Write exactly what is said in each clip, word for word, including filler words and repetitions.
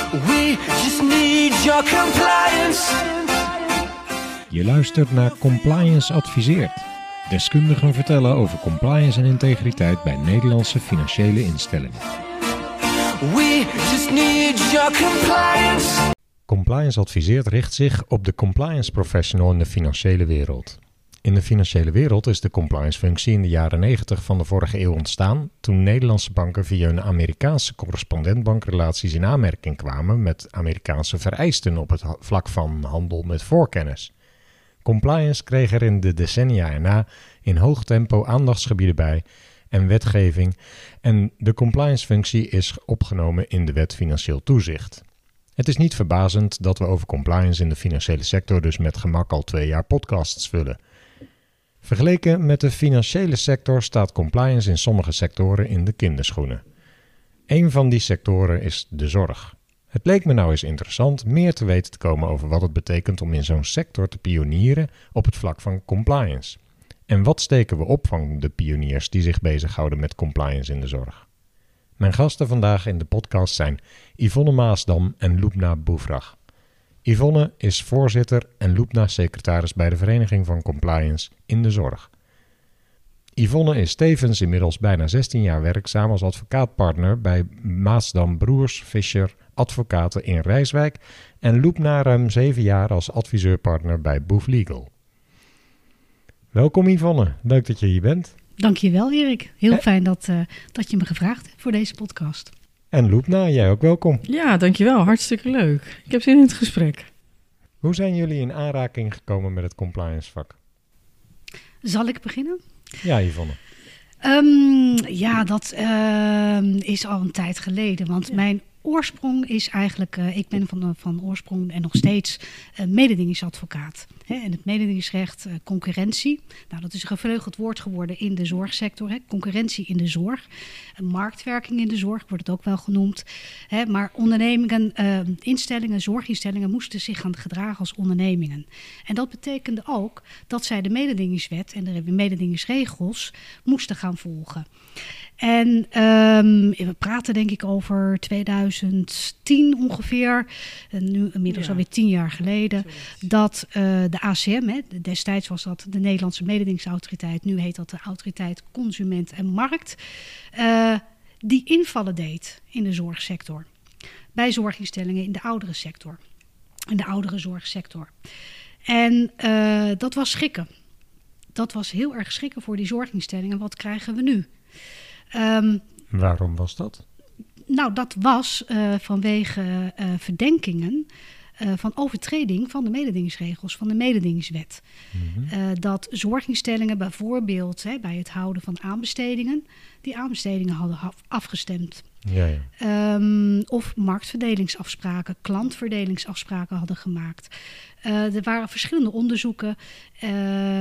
We just need your compliance. Je luistert naar Compliance Adviseert. Deskundigen vertellen over compliance en integriteit bij Nederlandse financiële instellingen. We just need your compliance. Compliance Adviseert richt zich op de compliance professional in de financiële wereld. In de financiële wereld is de compliance-functie in de jaren negentig van de vorige eeuw ontstaan toen Nederlandse banken via hun Amerikaanse correspondentbankrelaties in aanmerking kwamen met Amerikaanse vereisten op het vlak van handel met voorkennis. Compliance kreeg er in de decennia erna in hoog tempo aandachtsgebieden bij en wetgeving en de compliance-functie is opgenomen in de wet financieel toezicht. Het is niet verbazend dat we over compliance in de financiële sector dus met gemak al twee jaar podcasts vullen. Vergeleken met de financiële sector staat compliance in sommige sectoren in de kinderschoenen. Een van die sectoren is de zorg. Het leek me nou eens interessant meer te weten te komen over wat het betekent om in zo'n sector te pionieren op het vlak van compliance. En wat steken we op van de pioniers die zich bezighouden met compliance in de zorg? Mijn gasten vandaag in de podcast zijn Yvonne Maasdam en Lubna Boevrag. Yvonne is voorzitter en Lubna secretaris bij de Vereniging van Compliance in de Zorg. Yvonne is tevens inmiddels bijna zestien jaar werkzaam als advocaatpartner bij Maasdam Broers Fischer Advocaten in Rijswijk en Lubna ruim zeven jaar als adviseurpartner bij Boef Legal. Welkom Yvonne, leuk dat je hier bent. Dankjewel Erik, heel Eh? fijn dat, uh, dat je me gevraagd hebt voor deze podcast. En Lubna, jij ook welkom. Ja, dankjewel. Hartstikke leuk. Ik heb zin in het gesprek. Hoe zijn jullie in aanraking gekomen met het compliance vak? Zal ik beginnen? Ja, Yvonne. Um, ja, dat uh, is al een tijd geleden, want ja. mijn oorsprong is eigenlijk, uh, ik ben van, van oorsprong en nog steeds uh, mededingingsadvocaat. Hè, en het mededingingsrecht, uh, concurrentie, nou, dat is een gevleugeld woord geworden in de zorgsector. Hè, concurrentie in de zorg, uh, marktwerking in de zorg wordt het ook wel genoemd. Hè, maar ondernemingen, uh, instellingen, zorginstellingen moesten zich gaan gedragen als ondernemingen. En dat betekende ook dat zij de mededingingswet en de mededingingsregels moesten gaan volgen. En um, we praten denk ik over tweeduizend tien ongeveer, en nu inmiddels ja. alweer tien jaar geleden, dat uh, de A C M, hè, destijds was dat de Nederlandse mededingingsautoriteit, nu heet dat de Autoriteit Consument en Markt, uh, die invallen deed in de zorgsector. Bij zorginstellingen in de ouderensector, in de ouderenzorgsector. En uh, dat was schrikken. Dat was heel erg schrikken voor die zorginstellingen. Wat krijgen we nu? Um, Waarom was dat? Nou, dat was uh, vanwege uh, verdenkingen uh, van overtreding van de mededingingsregels, van de mededingingswet. Mm-hmm. Uh, dat zorginstellingen bijvoorbeeld hè, bij het houden van aanbestedingen, die aanbestedingen hadden afgestemd. Ja, ja. Um, of marktverdelingsafspraken, klantverdelingsafspraken hadden gemaakt. Uh, er waren verschillende onderzoeken, uh,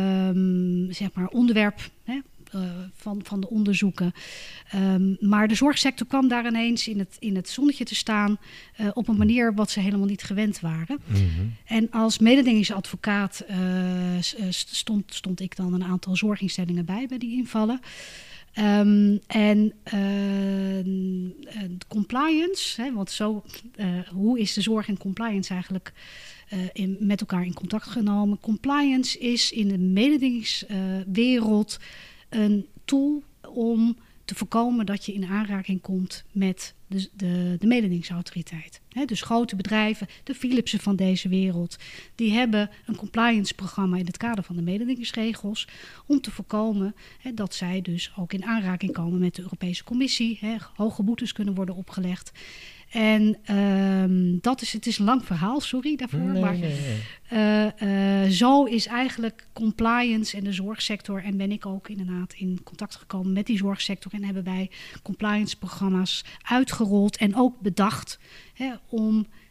zeg maar onderwerp hè, uh, van, van de onderzoeken. Um, maar de zorgsector kwam daar ineens in het, in het zonnetje te staan uh, op een manier wat ze helemaal niet gewend waren. Mm-hmm. En als mededingingsadvocaat uh, stond, stond ik dan een aantal zorginstellingen bij bij die invallen. Um, en uh, uh, compliance, hè, want zo, uh, hoe is de zorg en compliance eigenlijk uh, in, met elkaar in contact genomen? Compliance is in de mededingingswereld uh, een tool om te voorkomen dat je in aanraking komt met de, de, de mededingingsautoriteit. He, dus grote bedrijven, de Philipsen van deze wereld, die hebben een compliance programma in het kader van de mededingingsregels om te voorkomen he, dat zij dus ook in aanraking komen met de Europese Commissie. He, hoge boetes kunnen worden opgelegd. En um, dat is, het is een lang verhaal, sorry daarvoor. Nee, maar nee, nee. Uh, uh, zo is eigenlijk compliance en de zorgsector. En ben ik ook inderdaad in contact gekomen met die zorgsector. En hebben wij compliance programma's uitgerold en ook bedacht hè, om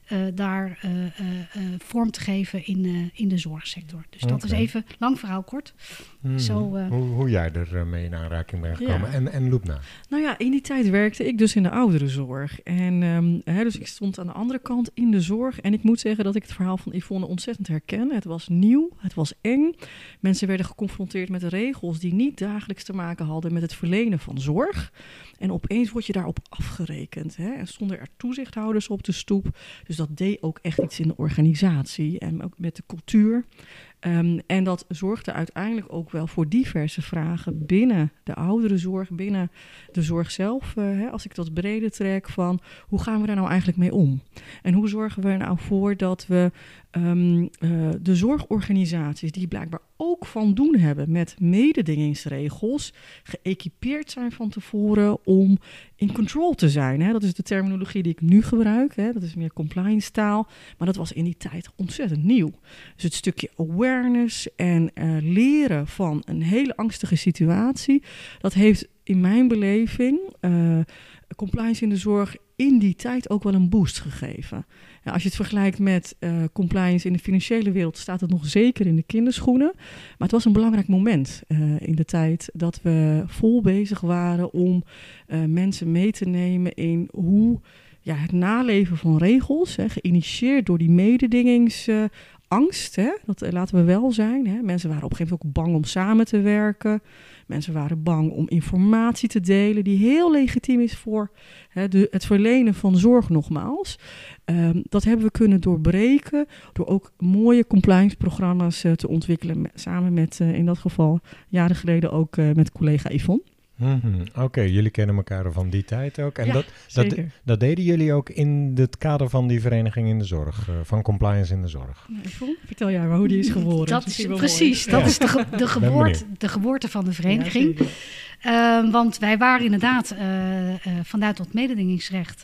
uh, daar uh, uh, uh, vorm te geven in, uh, in de zorgsector. Dus dat Okay. is even, lang verhaal kort. Hmm. Zo, uh, hoe, hoe jij er mee in aanraking bent gekomen. Ja. En, en Loebna? Nou ja, in die tijd werkte ik dus in de ouderenzorg. En um, hè, dus ik stond aan de andere kant in de zorg. En ik moet zeggen dat ik het verhaal van Yvonne ontzettend herken. Het was nieuw, het was eng. Mensen werden geconfronteerd met regels die niet dagelijks te maken hadden met het verlenen van zorg. En opeens word je daarop afgerekend. Hè? En stonden er toezichthouders op de stoep. Dus dat deed ook echt iets in de organisatie en ook met de cultuur. Um, en dat zorgde uiteindelijk ook wel voor diverse vragen binnen de ouderenzorg, binnen de zorg zelf. Uh, hè, als ik dat breder trek van hoe gaan we daar nou eigenlijk mee om? En hoe zorgen we er nou voor dat we um, uh, de zorgorganisaties die blijkbaar ook van doen hebben met mededingingsregels, geëquipeerd zijn van tevoren om in control te zijn. Hè? Dat is de terminologie die ik nu gebruik. Hè? Dat is meer compliance taal. Maar dat was in die tijd ontzettend nieuw. Dus het stukje awareness en uh, leren van een hele angstige situatie, dat heeft in mijn beleving uh, compliance in de zorg in die tijd ook wel een boost gegeven. Ja, als je het vergelijkt met uh, compliance in de financiële wereld, staat het nog zeker in de kinderschoenen. Maar het was een belangrijk moment uh, in de tijd dat we vol bezig waren om uh, mensen mee te nemen in hoe ja, het naleven van regels, hè, geïnitieerd door die mededingingsangst, uh, hè, dat uh, laten we wel zijn. Hè. Mensen waren op een gegeven moment ook bang om samen te werken. Mensen waren bang om informatie te delen die heel legitiem is voor hè, de, het verlenen van zorg nogmaals. Um, dat hebben we kunnen doorbreken door ook mooie compliance-programma's uh, te ontwikkelen. Met, samen met, uh, in dat geval, jaren geleden ook uh, met collega Yvonne. Mm-hmm. Oké, okay, jullie kennen elkaar van die tijd ook. En ja, dat, dat, dat deden jullie ook in het kader van die vereniging in de zorg, uh, van compliance in de zorg. Nou, Yvonne, vertel jij maar hoe die is geboren. Dat is precies, mooi. dat ja. is de, ge, de, geboorte, de geboorte van de vereniging. Ja, uh, want wij waren inderdaad uh, uh, vanuit dat mededingingsrecht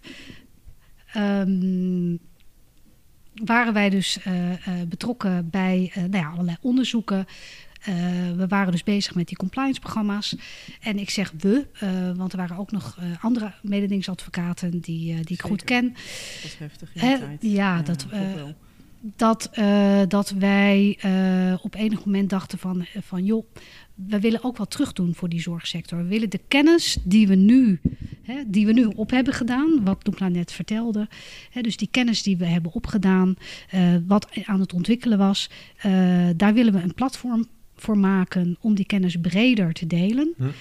Um, waren wij dus uh, uh, betrokken bij uh, nou ja, allerlei onderzoeken. Uh, we waren dus bezig met die compliance-programma's. En ik zeg we, uh, want er waren ook nog uh, andere mededingsadvocaten die, uh, die ik goed ken. Dat was heftig in de tijd. Ja, ja, dat, uh, dat, uh, dat wij uh, op enig moment dachten van, van joh, we willen ook wat terug doen voor die zorgsector. We willen de kennis die we nu, hè, die we nu op hebben gedaan, wat Loebna net vertelde. Hè, dus die kennis die we hebben opgedaan, uh, wat aan het ontwikkelen was, uh, daar willen we een platform voor maken om die kennis breder te delen. Hm.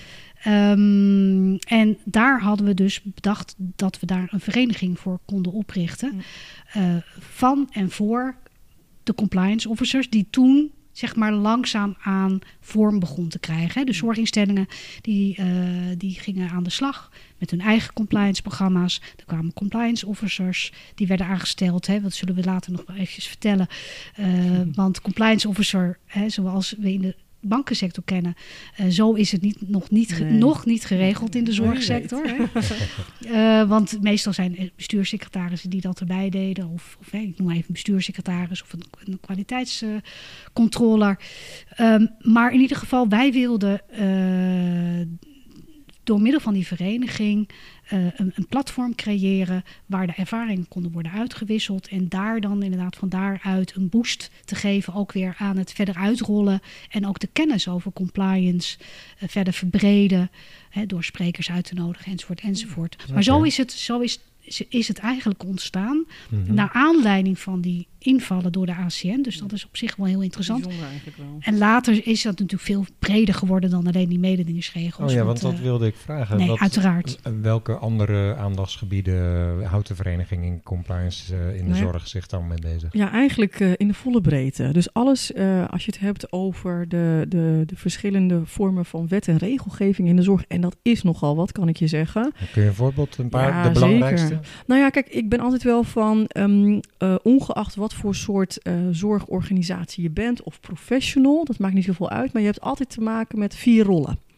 Um, en daar hadden we dus bedacht dat we daar een vereniging voor konden oprichten. Hm. Uh, van en voor de compliance officers die toen zeg maar langzaam aan vorm begon te krijgen. Hè. De zorginstellingen die, uh, die gingen aan de slag met hun eigen compliance programma's. Er kwamen compliance officers, die werden aangesteld. Hè. Dat zullen we later nog wel eventjes vertellen. Uh, hmm. Want compliance officer, hè, zoals we in de bankensector kennen, uh, zo is het niet, nog, niet ge- nee. nog niet geregeld in de zorgsector. uh, want meestal zijn bestuurssecretarissen die dat erbij deden. Of, of hey, ik noem even een bestuurssecretaris of een, een kwaliteitscontroller. Uh, um, maar in ieder geval, wij wilden uh, door middel van die vereniging uh, een, een platform creëren waar de ervaringen konden worden uitgewisseld en daar dan inderdaad van daaruit een boost te geven, ook weer aan het verder uitrollen en ook de kennis over compliance uh, verder verbreden, hè, door sprekers uit te nodigen enzovoort enzovoort. Okay. Maar zo is het, zo is is het eigenlijk ontstaan mm-hmm. naar aanleiding van die invallen door de A C N. Dus dat is op zich wel heel interessant. Eigenlijk wel. En later is dat natuurlijk veel breder geworden dan alleen die mededingingsregels. Oh ja, want, want dat uh, wilde ik vragen. Nee, Wat, uiteraard. Welke andere aandachtsgebieden houdt de vereniging in compliance uh, in de nou ja. zorg zich dan mee bezig? Ja, eigenlijk uh, in de volle breedte. Dus alles, uh, als je het hebt over de, de, de verschillende vormen van wet en regelgeving in de zorg. En dat is nogal wat, kan ik je zeggen. Kun je een voorbeeld, een paar, ja, de belangrijkste? Zeker. Nou ja, kijk, ik ben altijd wel van, um, uh, ongeacht wat voor soort uh, zorgorganisatie je bent of professional, dat maakt niet zoveel uit, maar je hebt altijd te maken met vier rollen.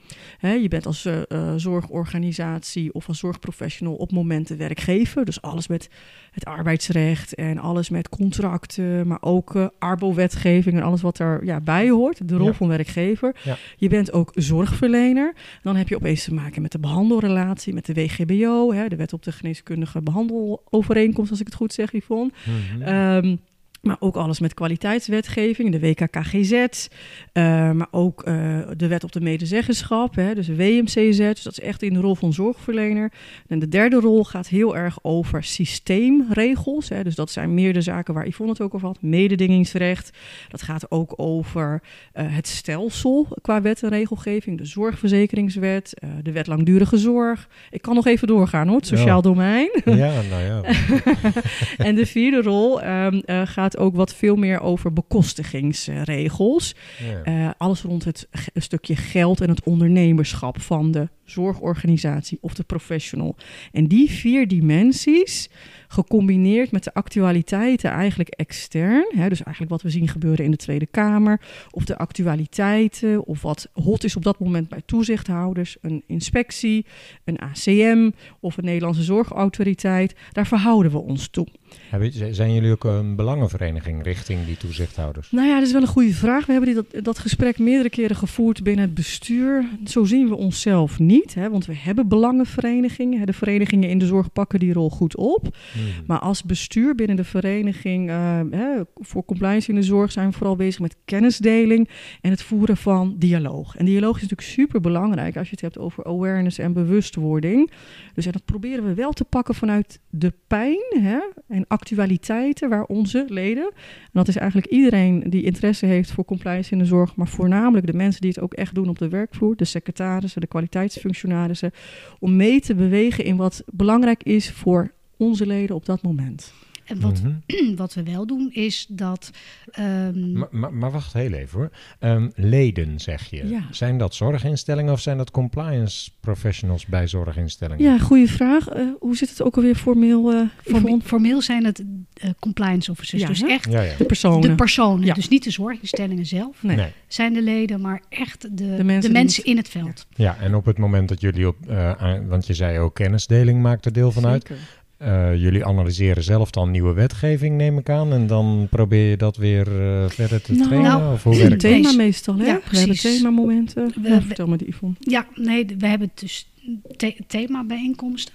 Hè, je bent als uh, uh, zorgorganisatie of als zorgprofessional op momenten werkgever. Dus alles met het arbeidsrecht en alles met contracten, maar ook uh, arbo-wetgeving en alles wat er ja, bij hoort. De rol ja. van werkgever. Ja. Je bent ook zorgverlener. Dan heb je opeens te maken met de behandelrelatie, met de W G B O, hè, de wet op de geneeskundige behandelovereenkomst, als ik het goed zeg, Yvonne. Mm-hmm. Um, Maar ook alles met kwaliteitswetgeving, de W K K G Z. Uh, maar ook uh, de wet op de medezeggenschap, hè, dus de W M C Z. Dus dat is echt in de rol van zorgverlener. En de derde rol gaat heel erg over systeemregels. Hè, dus dat zijn meer de zaken waar Yvonne het ook over had. Mededingingsrecht. Dat gaat ook over uh, het stelsel qua wet en regelgeving. De zorgverzekeringswet, uh, de wet langdurige zorg. Ik kan nog even doorgaan hoor, het sociaal ja. domein. Ja, nou ja. En de vierde rol um, uh, gaat ook wat veel meer over bekostigingsregels. Ja. Uh, alles rond het g- stukje geld en het ondernemerschap van de zorgorganisatie of de professional. En die vier dimensies, gecombineerd met de actualiteiten eigenlijk extern, hè, dus eigenlijk wat we zien gebeuren in de Tweede Kamer, of de actualiteiten, of wat hot is op dat moment bij toezichthouders, een inspectie, een A C M of een Nederlandse Zorgautoriteit, daar verhouden we ons toe. Zijn jullie ook een belangenvereniging richting die toezichthouders? Nou ja, dat is wel een goede vraag. We hebben dit, dat, dat gesprek meerdere keren gevoerd binnen het bestuur. Zo zien we onszelf niet, hè, want we hebben belangenverenigingen. Hè, de verenigingen in de zorg pakken die rol goed op. Hmm. Maar als bestuur binnen de vereniging uh, hè, voor compliance in de zorg zijn we vooral bezig met kennisdeling en het voeren van dialoog. En dialoog is natuurlijk super belangrijk als je het hebt over awareness en bewustwording. Dus en dat proberen we wel te pakken vanuit de pijn, hè, en actualiteiten waar onze leden, en dat is eigenlijk iedereen die interesse heeft voor compliance in de zorg, maar voornamelijk de mensen die het ook echt doen op de werkvloer, de secretarissen, de kwaliteitsfunctionarissen, om mee te bewegen in wat belangrijk is voor onze leden op dat moment. En wat, mm-hmm. wat we wel doen is dat... Um... Maar, maar, maar wacht heel even hoor. Um, leden zeg je. Ja. Zijn dat zorginstellingen of zijn dat compliance professionals bij zorginstellingen? Ja, goede vraag. Uh, hoe zit het ook alweer formeel? Uh, Formeel, formeel zijn het uh, compliance officers. Ja, dus hè? echt ja, ja. de personen. De personen. Ja. Dus niet de zorginstellingen zelf nee. Nee. zijn de leden, maar echt de, de mensen, de mensen in het veld. Ja. ja, en op het moment dat jullie op... Uh, aan, want je zei ook kennisdeling maakt er deel van uit. Zeker. Uh, jullie analyseren zelf dan nieuwe wetgeving, neem ik aan. En dan probeer je dat weer uh, verder te nou, trainen? Nou, of hoe werkt thema dat? meestal, hè? Ja, we precies. hebben themamomenten. We, ja, vertel me die, Yvonne. Ja, nee, we hebben dus the- themabijeenkomsten.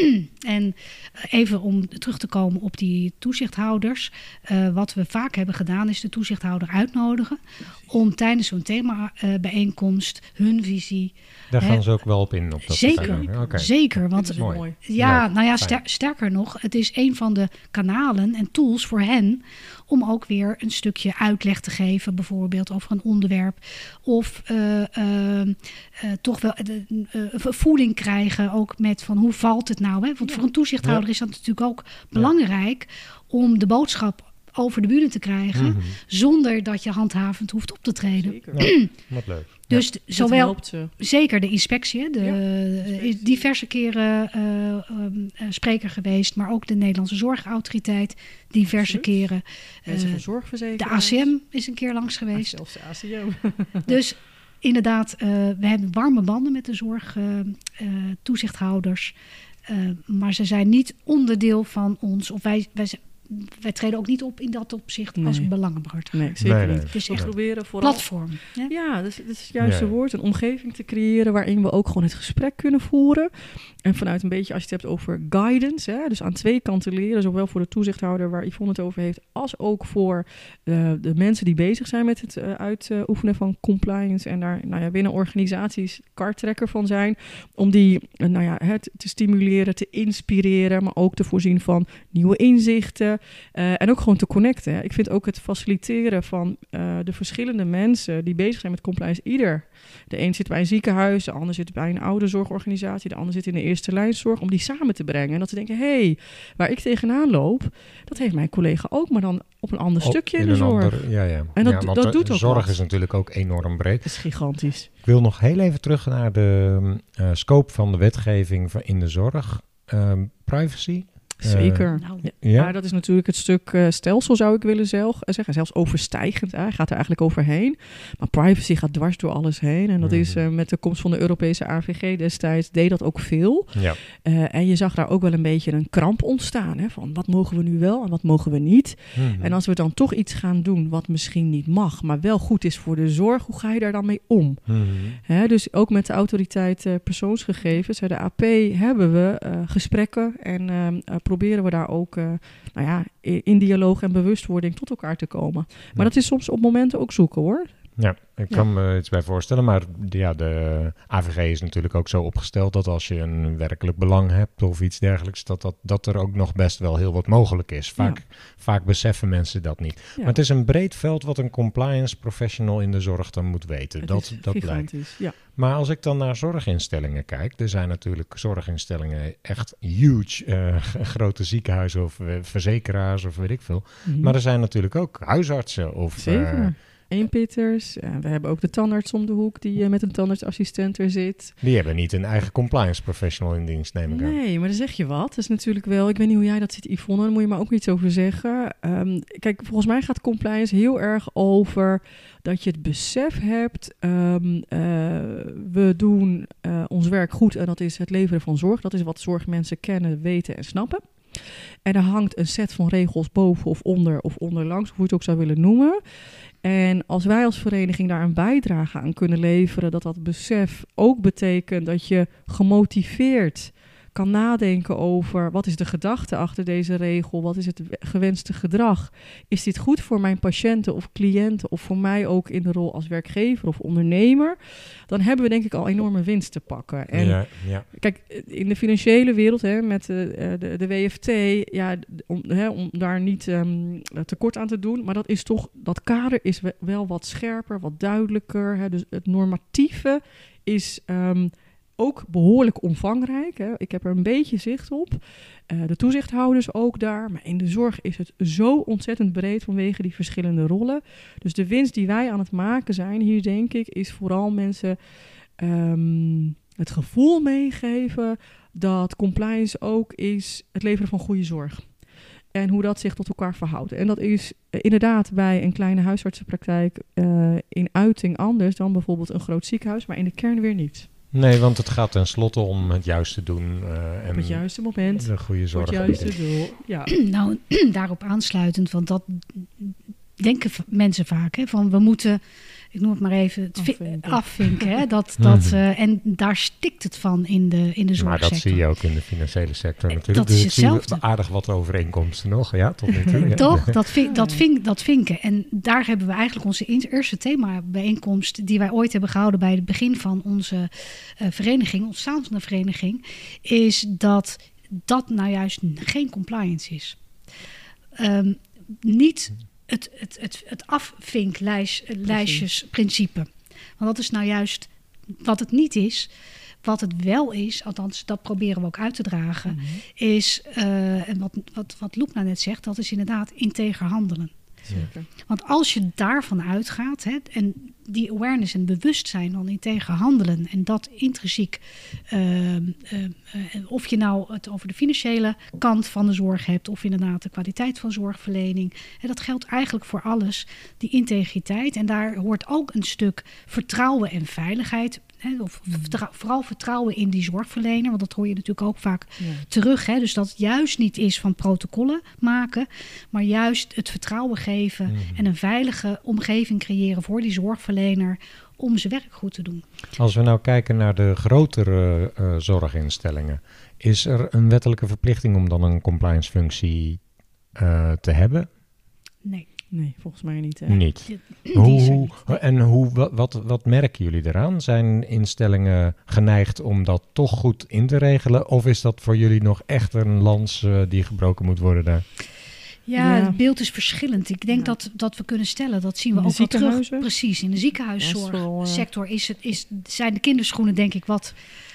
En even om terug te komen op die toezichthouders. Uh, wat we vaak hebben gedaan is de toezichthouder uitnodigen om tijdens zo'n themabijeenkomst uh, hun visie... Daar gaan hè, ze ook wel op in. Op dat zeker, okay. zeker. Want dat is mooi. Ja, Leuk, nou ja, fijn. ster- sterker nog, het is een van de kanalen en tools voor hen om ook weer een stukje uitleg te geven, bijvoorbeeld over een onderwerp. Of uh, uh, uh, toch wel uh, uh, voeling krijgen ook met van hoe valt het nou? Hè? Want Ja. voor een toezichthouder Ja. is dat natuurlijk ook belangrijk om de boodschap over de bühne te krijgen, Mm-hmm. zonder dat je handhavend hoeft op te treden. Zeker. Ja, wat leuk. Dus Ja. d- Dat zowel helpt, uh, zeker de inspectie, de, Ja, uh, is diverse keren uh, um, uh, spreker geweest, maar ook de Nederlandse Zorgautoriteit diverse Absoluut. keren. mensen Uh, van zorgverzekering. de A C M is een keer langs geweest. Zelfs de A C M. Dus inderdaad, uh, we hebben warme banden met de zorgtoezichthouders. Uh, uh, maar ze zijn niet onderdeel van ons. Of wij, wij, wij treden ook niet op in dat opzicht Nee. als belangenbehartiger. Nee, zeker Nee, nee. niet. Het is We echt proberen vooral... platform. Hè? Ja, dus, dat is het juiste Ja, ja. woord. Een omgeving te creëren waarin we ook gewoon het gesprek kunnen voeren. En vanuit een beetje, als je het hebt over guidance, hè, dus aan twee kanten leren, zowel voor de toezichthouder waar Yvonne het over heeft, als ook voor uh, de mensen die bezig zijn met het uh, uitoefenen van compliance en daar nou ja, binnen organisaties karttrekker van zijn, om die uh, nou ja, het te stimuleren, te inspireren, maar ook te voorzien van nieuwe inzichten uh, en ook gewoon te connecten. Hè. Ik vind ook het faciliteren van uh, de verschillende mensen die bezig zijn met compliance, ieder. De een zit bij een ziekenhuis, de ander zit bij een ouderzorgorganisatie, de ander zit in de eerste lijnzorg, om die samen te brengen. En dat ze denken, hé, hey, waar ik tegenaan loop, dat heeft mijn collega ook, maar dan op een ander Op- stukje in, in de een zorg. ander- ja, ja. En dat- ja, want dat de doet ook zorg wat. is natuurlijk ook enorm breed. Dat is gigantisch. Ik wil nog heel even terug naar de uh, scope van de wetgeving van in de zorg. Um, privacy. Zeker. Uh, Nou, ja. ja. Ja, dat is natuurlijk het stuk uh, stelsel, zou ik willen zelf, uh, zeggen. Zelfs overstijgend, uh, gaat er eigenlijk overheen. Maar privacy gaat dwars door alles heen. En dat mm-hmm. is uh, met de komst van de Europese A V G destijds, deed dat ook veel. Ja. Uh, en je zag daar ook wel een beetje een kramp ontstaan. Hè, van wat mogen we nu wel en wat mogen we niet. Mm-hmm. En als we dan toch iets gaan doen wat misschien niet mag, maar wel goed is voor de zorg, hoe ga je daar dan mee om? Mm-hmm. Hè, dus ook met de autoriteit uh, persoonsgegevens, de A P, hebben we uh, gesprekken en uh, uh, proberen we daar ook uh, nou ja, in dialoog en bewustwording tot elkaar te komen. Maar ja. dat is soms op momenten ook zoeken, hoor. Ja, ik kan ja. me iets bij voorstellen, maar ja, de A V G is natuurlijk ook zo opgesteld dat als je een werkelijk belang hebt of iets dergelijks, dat, dat, dat er ook nog best wel heel wat mogelijk is. Vaak, ja. vaak beseffen mensen dat niet. Ja. Maar het is een breed veld wat een compliance professional in de zorg dan moet weten. Het dat dat blijkt. Ja. Maar als ik dan naar zorginstellingen kijk, er zijn natuurlijk zorginstellingen echt huge, uh, grote ziekenhuizen of uh, verzekeraars of weet ik veel. Mm-hmm. Maar er zijn natuurlijk ook huisartsen of... Zeker. Uh, Eenpitters. Uh, we hebben ook de tandarts om de hoek die uh, met een tandartsassistent er zit. Die hebben niet een eigen compliance professional in dienst, neem ik aan. Nee, maar dan zeg je wat. Dat is natuurlijk wel... Ik weet niet hoe jij dat ziet, Yvonne. Daar moet je maar ook iets over zeggen. Um, kijk, volgens mij gaat compliance heel erg over dat je het besef hebt. Um, uh, we doen uh, ons werk goed en dat is het leveren van zorg. Dat is wat zorgmensen kennen, weten en snappen. En er hangt een set van regels boven of onder of onderlangs, hoe je het ook zou willen noemen. En als wij als vereniging daar een bijdrage aan kunnen leveren, dat dat besef ook betekent dat je gemotiveerd kan nadenken over wat is de gedachte achter deze regel, wat is het gewenste gedrag. Is dit goed voor mijn patiënten of cliënten of voor mij ook in de rol als werkgever of ondernemer? Dan hebben we denk ik al enorme winst te pakken. En ja, ja. Kijk, in de financiële wereld hè, met de, de, de W F T, ja, om, hè, om daar niet um, tekort aan te doen, maar dat is toch, dat kader is wel wat scherper, wat duidelijker. Hè, dus het normatieve is um, ook behoorlijk omvangrijk. Hè. Ik heb er een beetje zicht op. Uh, de toezichthouders ook daar. Maar in de zorg is het zo ontzettend breed vanwege die verschillende rollen. Dus de winst die wij aan het maken zijn hier, denk ik, is vooral mensen um, het gevoel meegeven dat compliance ook is het leveren van goede zorg. En hoe dat zich tot elkaar verhoudt. En dat is uh, inderdaad bij een kleine huisartsenpraktijk uh, in uiting anders dan bijvoorbeeld een groot ziekenhuis, maar in de kern weer niet. Nee, want het gaat tenslotte om het juiste doen. Uh, en op het juiste moment. De goede zorg. Op het juiste doel. Ja. Nou, daarop aansluitend, want dat denken mensen vaak. Hè, van we moeten, ik noem het maar even, het afvinken. afvinken hè, dat, dat, uh, en daar stikt het van in de, in de zorgsector. Maar dat zie je ook in de financiële sector natuurlijk. Dat dus is ik hetzelfde. zie aardig wat overeenkomsten nog. Ja, tot nu toe. Ja. Toch? Dat, vink, dat, vink, dat vinken. En daar hebben we eigenlijk onze eerste thema-bijeenkomst die wij ooit hebben gehouden bij het begin van onze uh, vereniging, ontstaan van de vereniging, is dat dat nou juist geen compliance is. Um, niet het, het, het, het afvinklijstjesprincipe. Want dat is nou juist wat het niet is. Wat het wel is, althans dat proberen we ook uit te dragen, mm-hmm. is, uh, en wat, wat, wat Loep nou net zegt, dat is inderdaad integer handelen. Zeker. Want als je daarvan uitgaat, hè, en die awareness en bewustzijn van integer handelen en dat intrinsiek, uh, uh, uh, of je nou het over de financiële kant van de zorg hebt of inderdaad de kwaliteit van zorgverlening, hè, dat geldt eigenlijk voor alles, die integriteit. En daar hoort ook een stuk vertrouwen en veiligheid. Hè, of vertrou- vooral vertrouwen in die zorgverlener, want dat hoor je natuurlijk ook vaak ja. terug. Hè, dus dat het juist niet is van protocollen maken, maar juist het vertrouwen geven mm-hmm. en een veilige omgeving creëren voor die zorgverlener om zijn werk goed te doen. Als we nou kijken naar de grotere uh, zorginstellingen, is er een wettelijke verplichting om dan een compliance functie uh, te hebben? Nee. Nee, volgens mij niet. Hè? Niet. Die, hoe, niet. En hoe, wat, wat, wat merken jullie eraan? Zijn instellingen geneigd om dat toch goed in te regelen? Of is dat voor jullie nog echt een lans uh, die gebroken moet worden daar? Ja, ja, het beeld is verschillend. Ik denk ja. dat, dat we kunnen stellen, dat zien we in ook wel terug. Precies, in de ziekenhuiszorgsector is het, is, zijn de kinderschoenen denk ik wat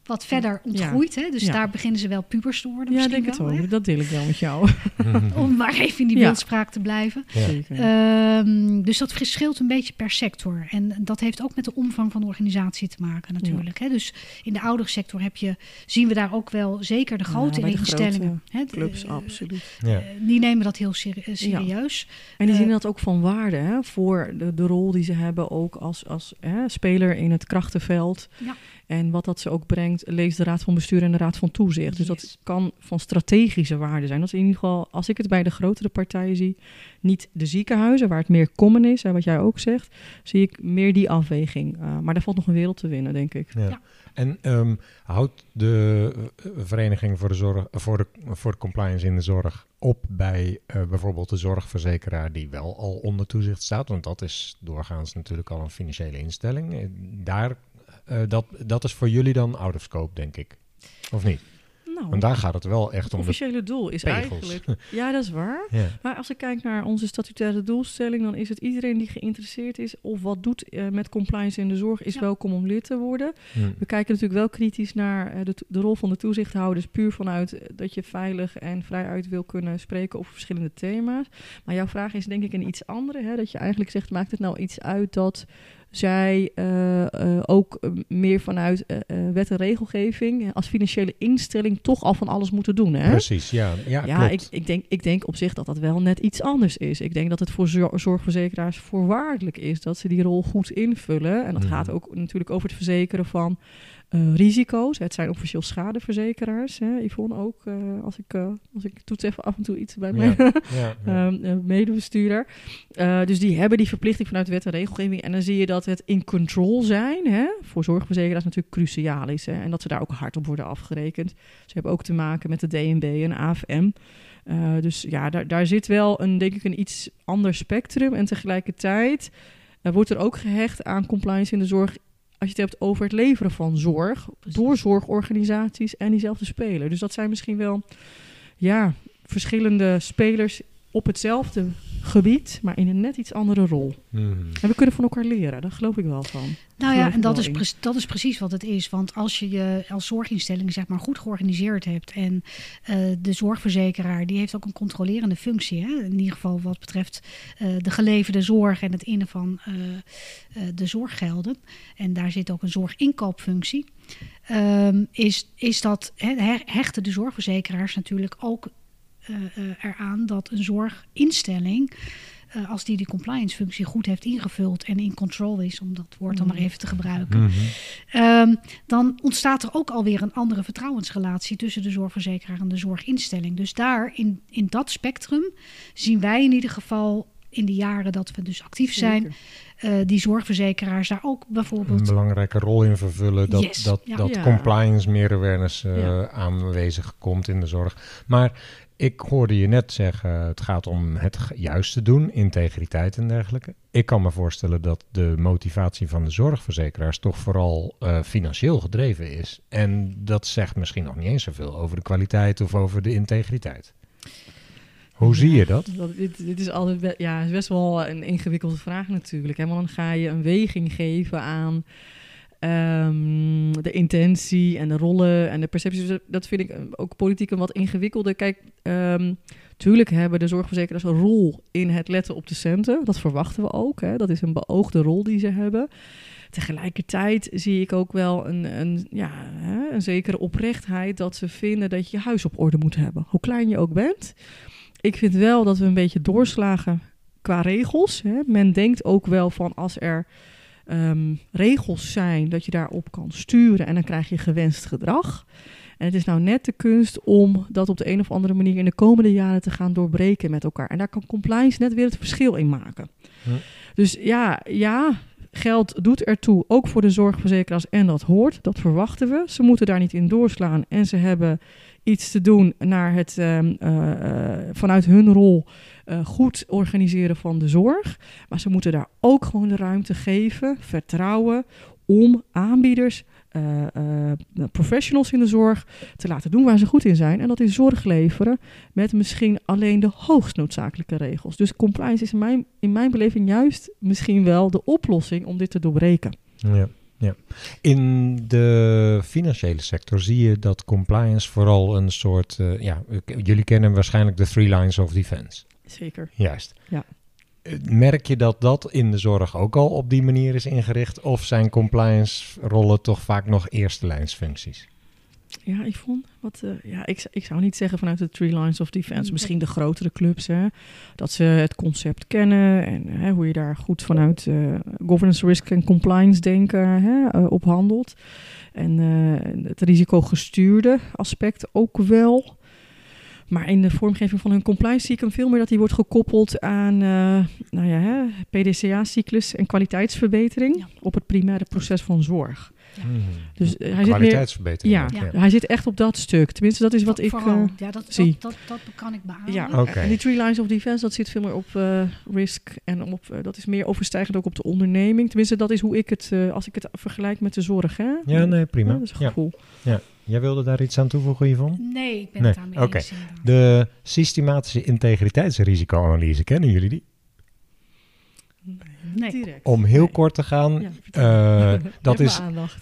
wat verder ontgroeit. Ja. Hè? Dus Ja. daar beginnen ze wel pubers te worden. Ja, misschien denk wel, het hè? ook. Dat deel ik wel met jou. Om maar even in die Ja. beeldspraak te blijven. Ja. Zeker. Um, dus dat verschilt een beetje per sector. En dat heeft ook met de omvang van de organisatie te maken natuurlijk. Hè? Dus in de oudere sector heb je, zien we daar ook wel zeker de grote Ja, bij de instellingen. grote Hè? De- Clubs, uh, absoluut. Ja. uh, die nemen dat heel seri- uh, serieus. En die Uh, zien dat ook van waarde, hè, voor de, de rol die ze hebben ook als, als hè, speler in het krachtenveld. Ja. En wat dat ze ook brengt, lees de Raad van Bestuur en de Raad van Toezicht. Dus Yes. dat kan van strategische waarde zijn. Dat is in ieder geval, als ik het bij de grotere partijen zie, niet de ziekenhuizen, waar het meer common is, hè, wat jij ook zegt, zie ik meer die afweging. Uh, maar daar valt nog een wereld te winnen, denk ik. Ja. Ja. En um, houdt de uh, Vereniging voor de, zorg, voor, de, voor de Compliance in de Zorg op bij uh, bijvoorbeeld de zorgverzekeraar die wel al onder toezicht staat? Want dat is doorgaans natuurlijk al een financiële instelling. Uh, Daar, uh, dat, dat is voor jullie dan out of scope, denk ik. Of niet? Nou, Want daar gaat het wel echt het om de officiële doel is pegels. eigenlijk... Ja, dat is waar. Ja. Maar als ik kijk naar onze statutaire doelstelling, dan is het iedereen die geïnteresseerd is of wat doet uh, met compliance in de zorg, is Ja. welkom om lid te worden. Hm. We kijken natuurlijk wel kritisch naar uh, de, de rol van de toezichthouders, puur vanuit uh, dat je veilig en vrijuit wil kunnen spreken over verschillende thema's. Maar jouw vraag is denk ik een iets andere, hè? Dat je eigenlijk zegt, maakt het nou iets uit dat zij uh, uh, ook uh, meer vanuit uh, uh, wet en regelgeving als financiële instelling toch al van alles moeten doen, hè? Precies, ja. Ja, Ja, klopt. ik, ik, denk, ik denk op zich dat dat wel net iets anders is. Ik denk dat het voor zor- zorgverzekeraars voorwaardelijk is dat ze die rol goed invullen. En dat Mhm. gaat ook natuurlijk over het verzekeren van uh, risico's. Het zijn officieel schadeverzekeraars. Hè, Yvonne ook, uh, als ik, uh, als ik toets even af en toe iets bij mij. Ja, ja, ja. Um, uh, medebestuurder. Uh, dus die hebben die verplichting vanuit wet en regelgeving. En dan zie je dat het in control zijn, hè, voor zorgverzekeraars natuurlijk cruciaal is. Hè, en dat ze daar ook hard op worden afgerekend. Ze hebben ook te maken met de D N B en A F M. Uh, dus ja, daar, daar zit wel een, denk ik, een iets ander spectrum. En tegelijkertijd uh, wordt er ook gehecht aan compliance in de zorg, als je het hebt over het leveren van zorg, Precies. door zorgorganisaties en diezelfde speler. Dus dat zijn misschien wel ja, verschillende spelers op hetzelfde gebied, maar in een net iets andere rol. Mhm. En we kunnen van elkaar leren, daar geloof ik wel van. Nou Geloof ja, ik en dat wel is, in. pre- dat is precies wat het is. Want als je je als zorginstelling zeg maar goed georganiseerd hebt en uh, de zorgverzekeraar die heeft ook een controlerende functie. Hè? In ieder geval wat betreft uh, de geleverde zorg en het innen van uh, uh, de zorggelden. En daar zit ook een zorginkoopfunctie. Um, is, is dat, he, hechten de zorgverzekeraars natuurlijk ook uh, uh, eraan dat een zorginstelling, Uh, als die die compliance functie goed heeft ingevuld en in control is, om dat woord dan maar even te gebruiken, Mhm. um, dan ontstaat er ook alweer een andere vertrouwensrelatie tussen de zorgverzekeraar en de zorginstelling. Dus daar, in, in dat spectrum, zien wij in ieder geval in de jaren dat we dus actief zijn, uh, die zorgverzekeraars daar ook bijvoorbeeld een belangrijke rol in vervullen. Dat, Yes, dat, ja. dat Ja. compliance meer awareness uh, Ja. aanwezig komt in de zorg. Maar ik hoorde je net zeggen, het gaat om het ge- juiste doen, integriteit en dergelijke. Ik kan me voorstellen dat de motivatie van de zorgverzekeraars toch vooral uh, financieel gedreven is. En dat zegt misschien nog niet eens zoveel over de kwaliteit of over de integriteit. Hoe zie je dat? dat dit, dit is altijd be- ja, is best wel een ingewikkelde vraag natuurlijk. Hè? Want dan ga je een weging geven aan um, de intentie en de rollen en de percepties. Dus dat vind ik ook politiek een wat ingewikkelder. Kijk, um, tuurlijk hebben de zorgverzekeraars een rol in het letten op de centen. Dat verwachten we ook. Hè? Dat is een beoogde rol die ze hebben. Tegelijkertijd zie ik ook wel een, een, ja, een zekere oprechtheid dat ze vinden dat je je huis op orde moet hebben. Hoe klein je ook bent. Ik vind wel dat we een beetje doorslagen qua regels. Hè. Men denkt ook wel van als er um, regels zijn, dat je daarop kan sturen en dan krijg je gewenst gedrag. En het is nou net de kunst om dat op de een of andere manier in de komende jaren te gaan doorbreken met elkaar. En daar kan compliance net weer het verschil in maken. Hm. Dus ja, ja, geld doet ertoe, ook voor de zorgverzekeraars en dat hoort, dat verwachten we. Ze moeten daar niet in doorslaan en ze hebben iets te doen naar het um, uh, uh, vanuit hun rol uh, goed organiseren van de zorg. Maar ze moeten daar ook gewoon de ruimte geven, vertrouwen, om aanbieders, uh, uh, professionals in de zorg te laten doen waar ze goed in zijn. En dat is zorg leveren met misschien alleen de hoogst noodzakelijke regels. Dus compliance is in mijn, in mijn beleving juist misschien wel de oplossing om dit te doorbreken. Ja. In de financiële sector zie je dat compliance vooral een soort... Uh, ja, jullie kennen waarschijnlijk de three lines of defense. Zeker. Juist. Ja. Merk je dat dat in de zorg ook al op die manier is ingericht? Of zijn compliance rollen toch vaak nog eerste lijnsfuncties? Ja, Yvonne, wat, uh, ja, ik, ik zou niet zeggen vanuit de three lines of defense. Misschien de grotere clubs, hè, dat ze het concept kennen en hè, hoe je daar goed vanuit uh, governance, risk en compliance denken hè, uh, op handelt. En uh, het risicogestuurde aspect ook wel. Maar in de vormgeving van hun compliance zie ik hem veel meer dat die wordt gekoppeld aan uh, nou ja, hè, P D C A-cyclus en kwaliteitsverbetering ja. op het primaire proces van zorg. Ja. Mm-hmm. Dus uh, hij kwaliteitsverbetering. Zit meer, ja, ja. ja, hij zit echt op dat stuk. Tenminste, dat is wat Voor, ik vooral, uh, ja, dat, zie. Dat, dat, dat kan ik beamen. Ja, Okay. En die three lines of defense, dat zit veel meer op uh, risk en op, uh, dat is meer overstijgend ook op de onderneming. Tenminste, dat is hoe ik het, uh, als ik het vergelijk met de zorg. Hè? Ja, nee, prima. Ja, dat is een gevoel. Ja. Ja. Jij wilde daar iets aan toevoegen, Yvonne? Nee, ik ben Nee. het daarmee Oké. eens. inderdaad. De systematische integriteitsrisicoanalyse, kennen jullie die? Nee. Direct. Om heel Nee. kort te gaan, Ja, vertel. uh, dat, Heb is, mijn aandacht.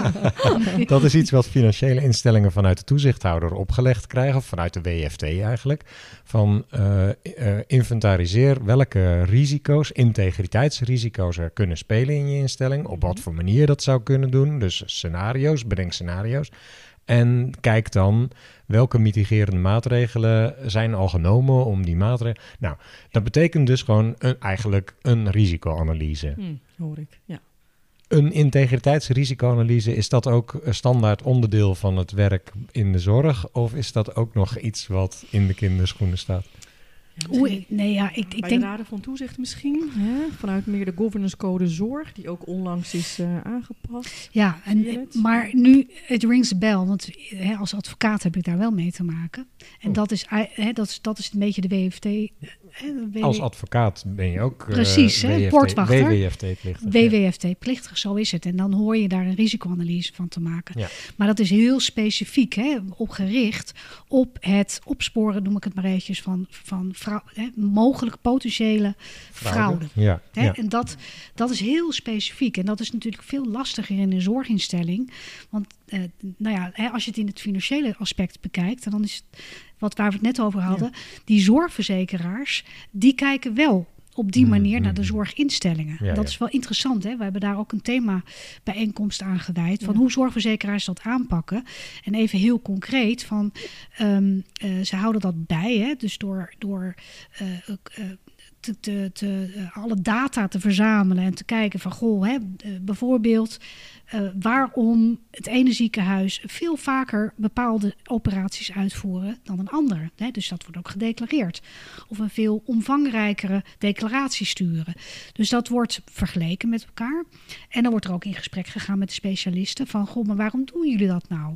Ja. dat is iets wat financiële instellingen vanuit de toezichthouder opgelegd krijgen, of vanuit de W F T eigenlijk. Van uh, uh, inventariseer welke risico's, integriteitsrisico's er kunnen spelen in je instelling, op wat voor manier dat zou kunnen doen. Dus scenario's, bedenk scenario's. En kijk dan welke mitigerende maatregelen zijn al genomen om die maatregelen... Nou, dat betekent dus gewoon een, eigenlijk een risicoanalyse. Hm, hoor ik, ja. Een integriteitsrisicoanalyse, is dat ook een standaard onderdeel van het werk in de zorg? Of is dat ook nog iets wat in de kinderschoenen staat? Ja, Oei, nee, ja, ik, ik bij denk... de raden van toezicht misschien, hè? Vanuit meer de governance code zorg, die ook onlangs is uh, aangepast. Ja, en, Zie je het? maar nu, het rings a bell, want hè, als advocaat heb ik daar wel mee te maken. En Oh. dat, is, hè, dat, is, dat is een beetje de W F T. Hè, de W W... Als advocaat ben je ook uh, Precies, hè, W F T poortwachter. W W F T-plichtig. W W F T-plichtig, zo is het. En dan hoor je daar een risicoanalyse van te maken. Ja. Maar dat is heel specifiek, hè, opgericht op het opsporen, noem ik het maar eventjes, van, van frau- hè, mogelijk potentiële fraude. Ja, Hè? ja. En dat, dat is heel specifiek. En dat is natuurlijk veel lastiger in een zorginstelling. Want eh, nou ja, hè, als je het in het financiële aspect bekijkt, dan is het, wat waar we het net over hadden, ja. die zorgverzekeraars, die kijken wel op die manier mm, naar de zorginstellingen. Ja, dat ja. is wel interessant. Hè? We hebben daar ook een thema bijeenkomst aan gewijd van ja. hoe zorgverzekeraars dat aanpakken. En even heel concreet van um, uh, ze houden dat bij, hè? Dus door, door uh, uh, Te, te, te, uh, alle data te verzamelen en te kijken van goh, hè, uh, bijvoorbeeld uh, waarom het ene ziekenhuis veel vaker bepaalde operaties uitvoeren dan een ander. Hè? Dus dat wordt ook gedeclareerd. Of een veel omvangrijkere declaratie sturen. Dus dat wordt vergeleken met elkaar. En dan wordt er ook in gesprek gegaan met de specialisten van goh, maar waarom doen jullie dat nou?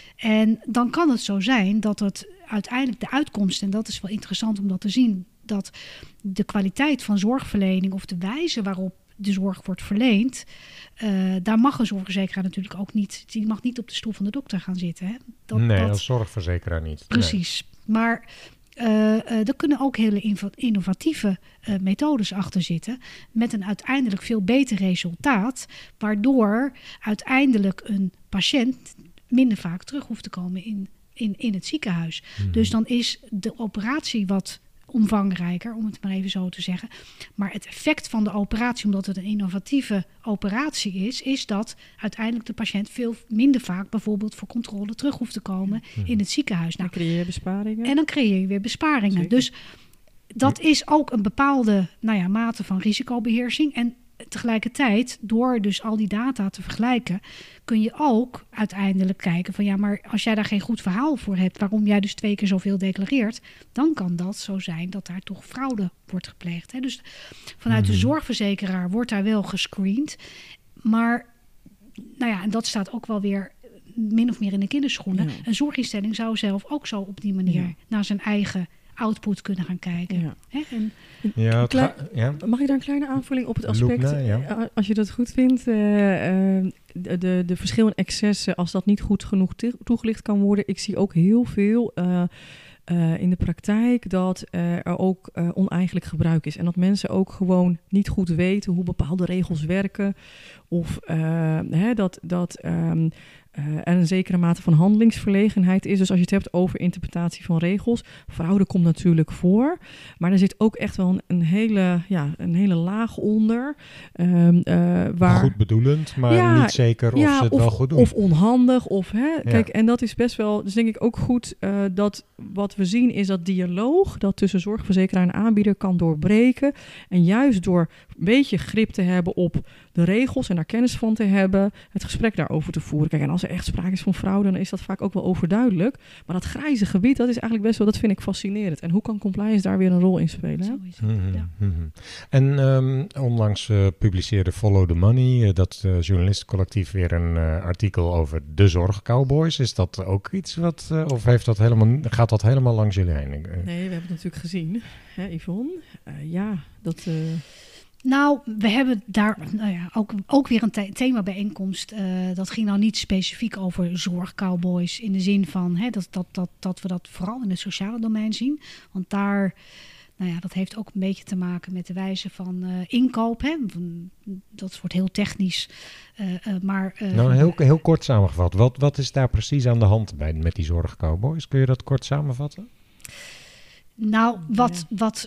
En dan kan het zo zijn dat het uiteindelijk de uitkomst, en dat is wel interessant om dat te zien, dat de kwaliteit van zorgverlening of de wijze waarop de zorg wordt verleend, uh, daar mag een zorgverzekeraar natuurlijk ook niet, die mag niet op de stoel van de dokter gaan zitten. Hè? Dat, nee, dat, als zorgverzekeraar niet. Precies. Nee. Maar uh, uh, er kunnen ook hele inv- innovatieve uh, methodes achter zitten met een uiteindelijk veel beter resultaat, waardoor uiteindelijk een patiënt minder vaak terug hoeft te komen in, in, in het ziekenhuis. Hmm. Dus dan is de operatie wat omvangrijker, om het maar even zo te zeggen. Maar het effect van de operatie, omdat het een innovatieve operatie is, is dat uiteindelijk de patiënt veel minder vaak bijvoorbeeld voor controle terug hoeft te komen hmm. in het ziekenhuis. Nou, dan creëer je besparingen. En dan creëer je weer besparingen. Zeker. Dus dat is ook een bepaalde nou ja, mate van risicobeheersing. En tegelijkertijd, door dus al die data te vergelijken, kun je ook uiteindelijk kijken van ja, maar als jij daar geen goed verhaal voor hebt, waarom jij dus twee keer zoveel declareert, dan kan dat zo zijn dat daar toch fraude wordt gepleegd. Hè? Dus vanuit mm-hmm. de zorgverzekeraar wordt daar wel gescreend. Maar, nou ja, en dat staat ook wel weer min of meer in de kinderschoenen. Ja. Een zorginstelling zou zelf ook zo op die manier ja. naar zijn eigen output kunnen gaan kijken. Ja. Hè? En, ja, Klein, ga, ja. Mag ik daar een kleine aanvulling op het aspect? Na, ja. Als je dat goed vindt, uh, uh, de, de, de verschillende excessen, als dat niet goed genoeg te, toegelicht kan worden. Ik zie ook heel veel uh, uh, in de praktijk dat uh, er ook uh, oneigenlijk gebruik is. En dat mensen ook gewoon niet goed weten hoe bepaalde regels werken. Of uh, hè, dat, dat um, uh, er een zekere mate van handelingsverlegenheid is. Dus als je het hebt over interpretatie van regels. Fraude komt natuurlijk voor. Maar er zit ook echt wel een, een, hele, ja, een hele laag onder. Um, uh, waar, goed bedoelend, maar ja, niet zeker of ja, ze het of, wel goed doen. Of onhandig. Of, hè, Ja. Kijk, en dat is best wel... Dus denk ik ook goed uh, dat wat we zien is dat dialoog... dat tussen zorgverzekeraar en aanbieder kan doorbreken. En juist door een beetje grip te hebben op de regels... en daar kennis van te hebben, het gesprek daarover te voeren. Kijk, en als er echt sprake is van fraude... dan is dat vaak ook wel overduidelijk. Maar dat grijze gebied, dat is eigenlijk best wel... dat vind ik fascinerend. En hoe kan compliance daar weer een rol in spelen? Hè? Zo is het, Mm-hmm, ja. mm-hmm. En um, onlangs uh, publiceerde Follow the Money... Uh, dat uh, journalistencollectief weer een uh, artikel over de zorgcowboys. Is dat ook iets wat... Uh, of heeft dat helemaal, gaat dat helemaal langs jullie heen? Uh, Nee, we hebben het natuurlijk gezien, hè, Yvonne? Uh, ja, dat... Uh... Nou, we hebben daar nou ja, ook, ook weer een the- themabijeenkomst. Uh, dat ging nou niet specifiek over zorgcowboys. In de zin van hè, dat, dat, dat, dat we dat vooral in het sociale domein zien. Want daar, nou ja, dat heeft ook een beetje te maken met de wijze van uh, inkoop. Hè. Van, dat wordt heel technisch. Uh, uh, maar, uh, nou, heel, heel kort samengevat. Wat, wat is daar precies aan de hand bij, met die zorgcowboys? Kun je dat kort samenvatten? Nou, wat... wat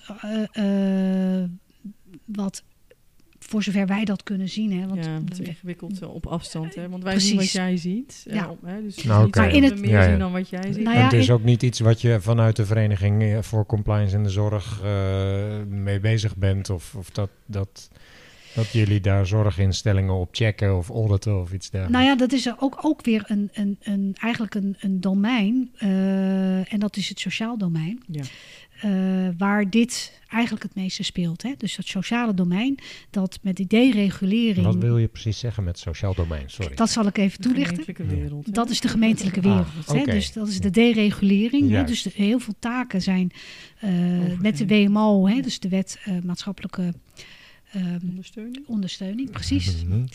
uh, uh, Wat, voor zover wij dat kunnen zien. Hè, want ja, het is we, ingewikkeld uh, op afstand. Hè, want wij precies. zien wat jij ziet. Ja. Uh, hè, dus nou, niet okay. dat we het, meer ja, ja. zien dan wat jij ziet. Nou en ja, het is in, ook niet iets wat je vanuit de Vereniging voor Compliance in de Zorg uh, mee bezig bent. Of, of dat, dat, dat jullie daar zorginstellingen op checken of auditen of iets dergelijks. Nou ja, dat is ook, ook weer een, een, een, eigenlijk een, een domein. Uh, en dat is het sociaal domein. Ja. Uh, waar dit eigenlijk het meeste speelt. Hè? Dus dat sociale domein, dat met die deregulering... Wat wil je precies zeggen met sociaal domein? Sorry. Dat zal ik even De toelichten. gemeentelijke wereld. Hè? Dat is de gemeentelijke wereld. Ah, hè? okay. Dus dat is de deregulering. Hè? Dus de, heel veel taken zijn uh, met de W M O, hè? Dus de wet uh, maatschappelijke... Um, ondersteuning. Ondersteuning, precies. Mm-hmm.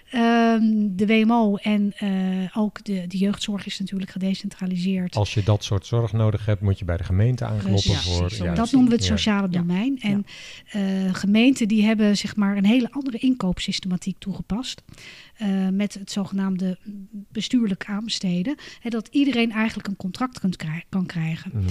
Um, de W M O en uh, ook de, de jeugdzorg is natuurlijk gedecentraliseerd. Als je dat soort zorg nodig hebt, moet je bij de gemeente aankloppen Ja, voor... Ja, dat noemen we het sociale ja. domein. Ja. En uh, gemeenten die hebben zeg maar een hele andere inkoopsystematiek toegepast. Uh, met het zogenaamde bestuurlijk aanbesteden. Hè, dat iedereen eigenlijk een contract kunt krij- kan krijgen. Mm-hmm.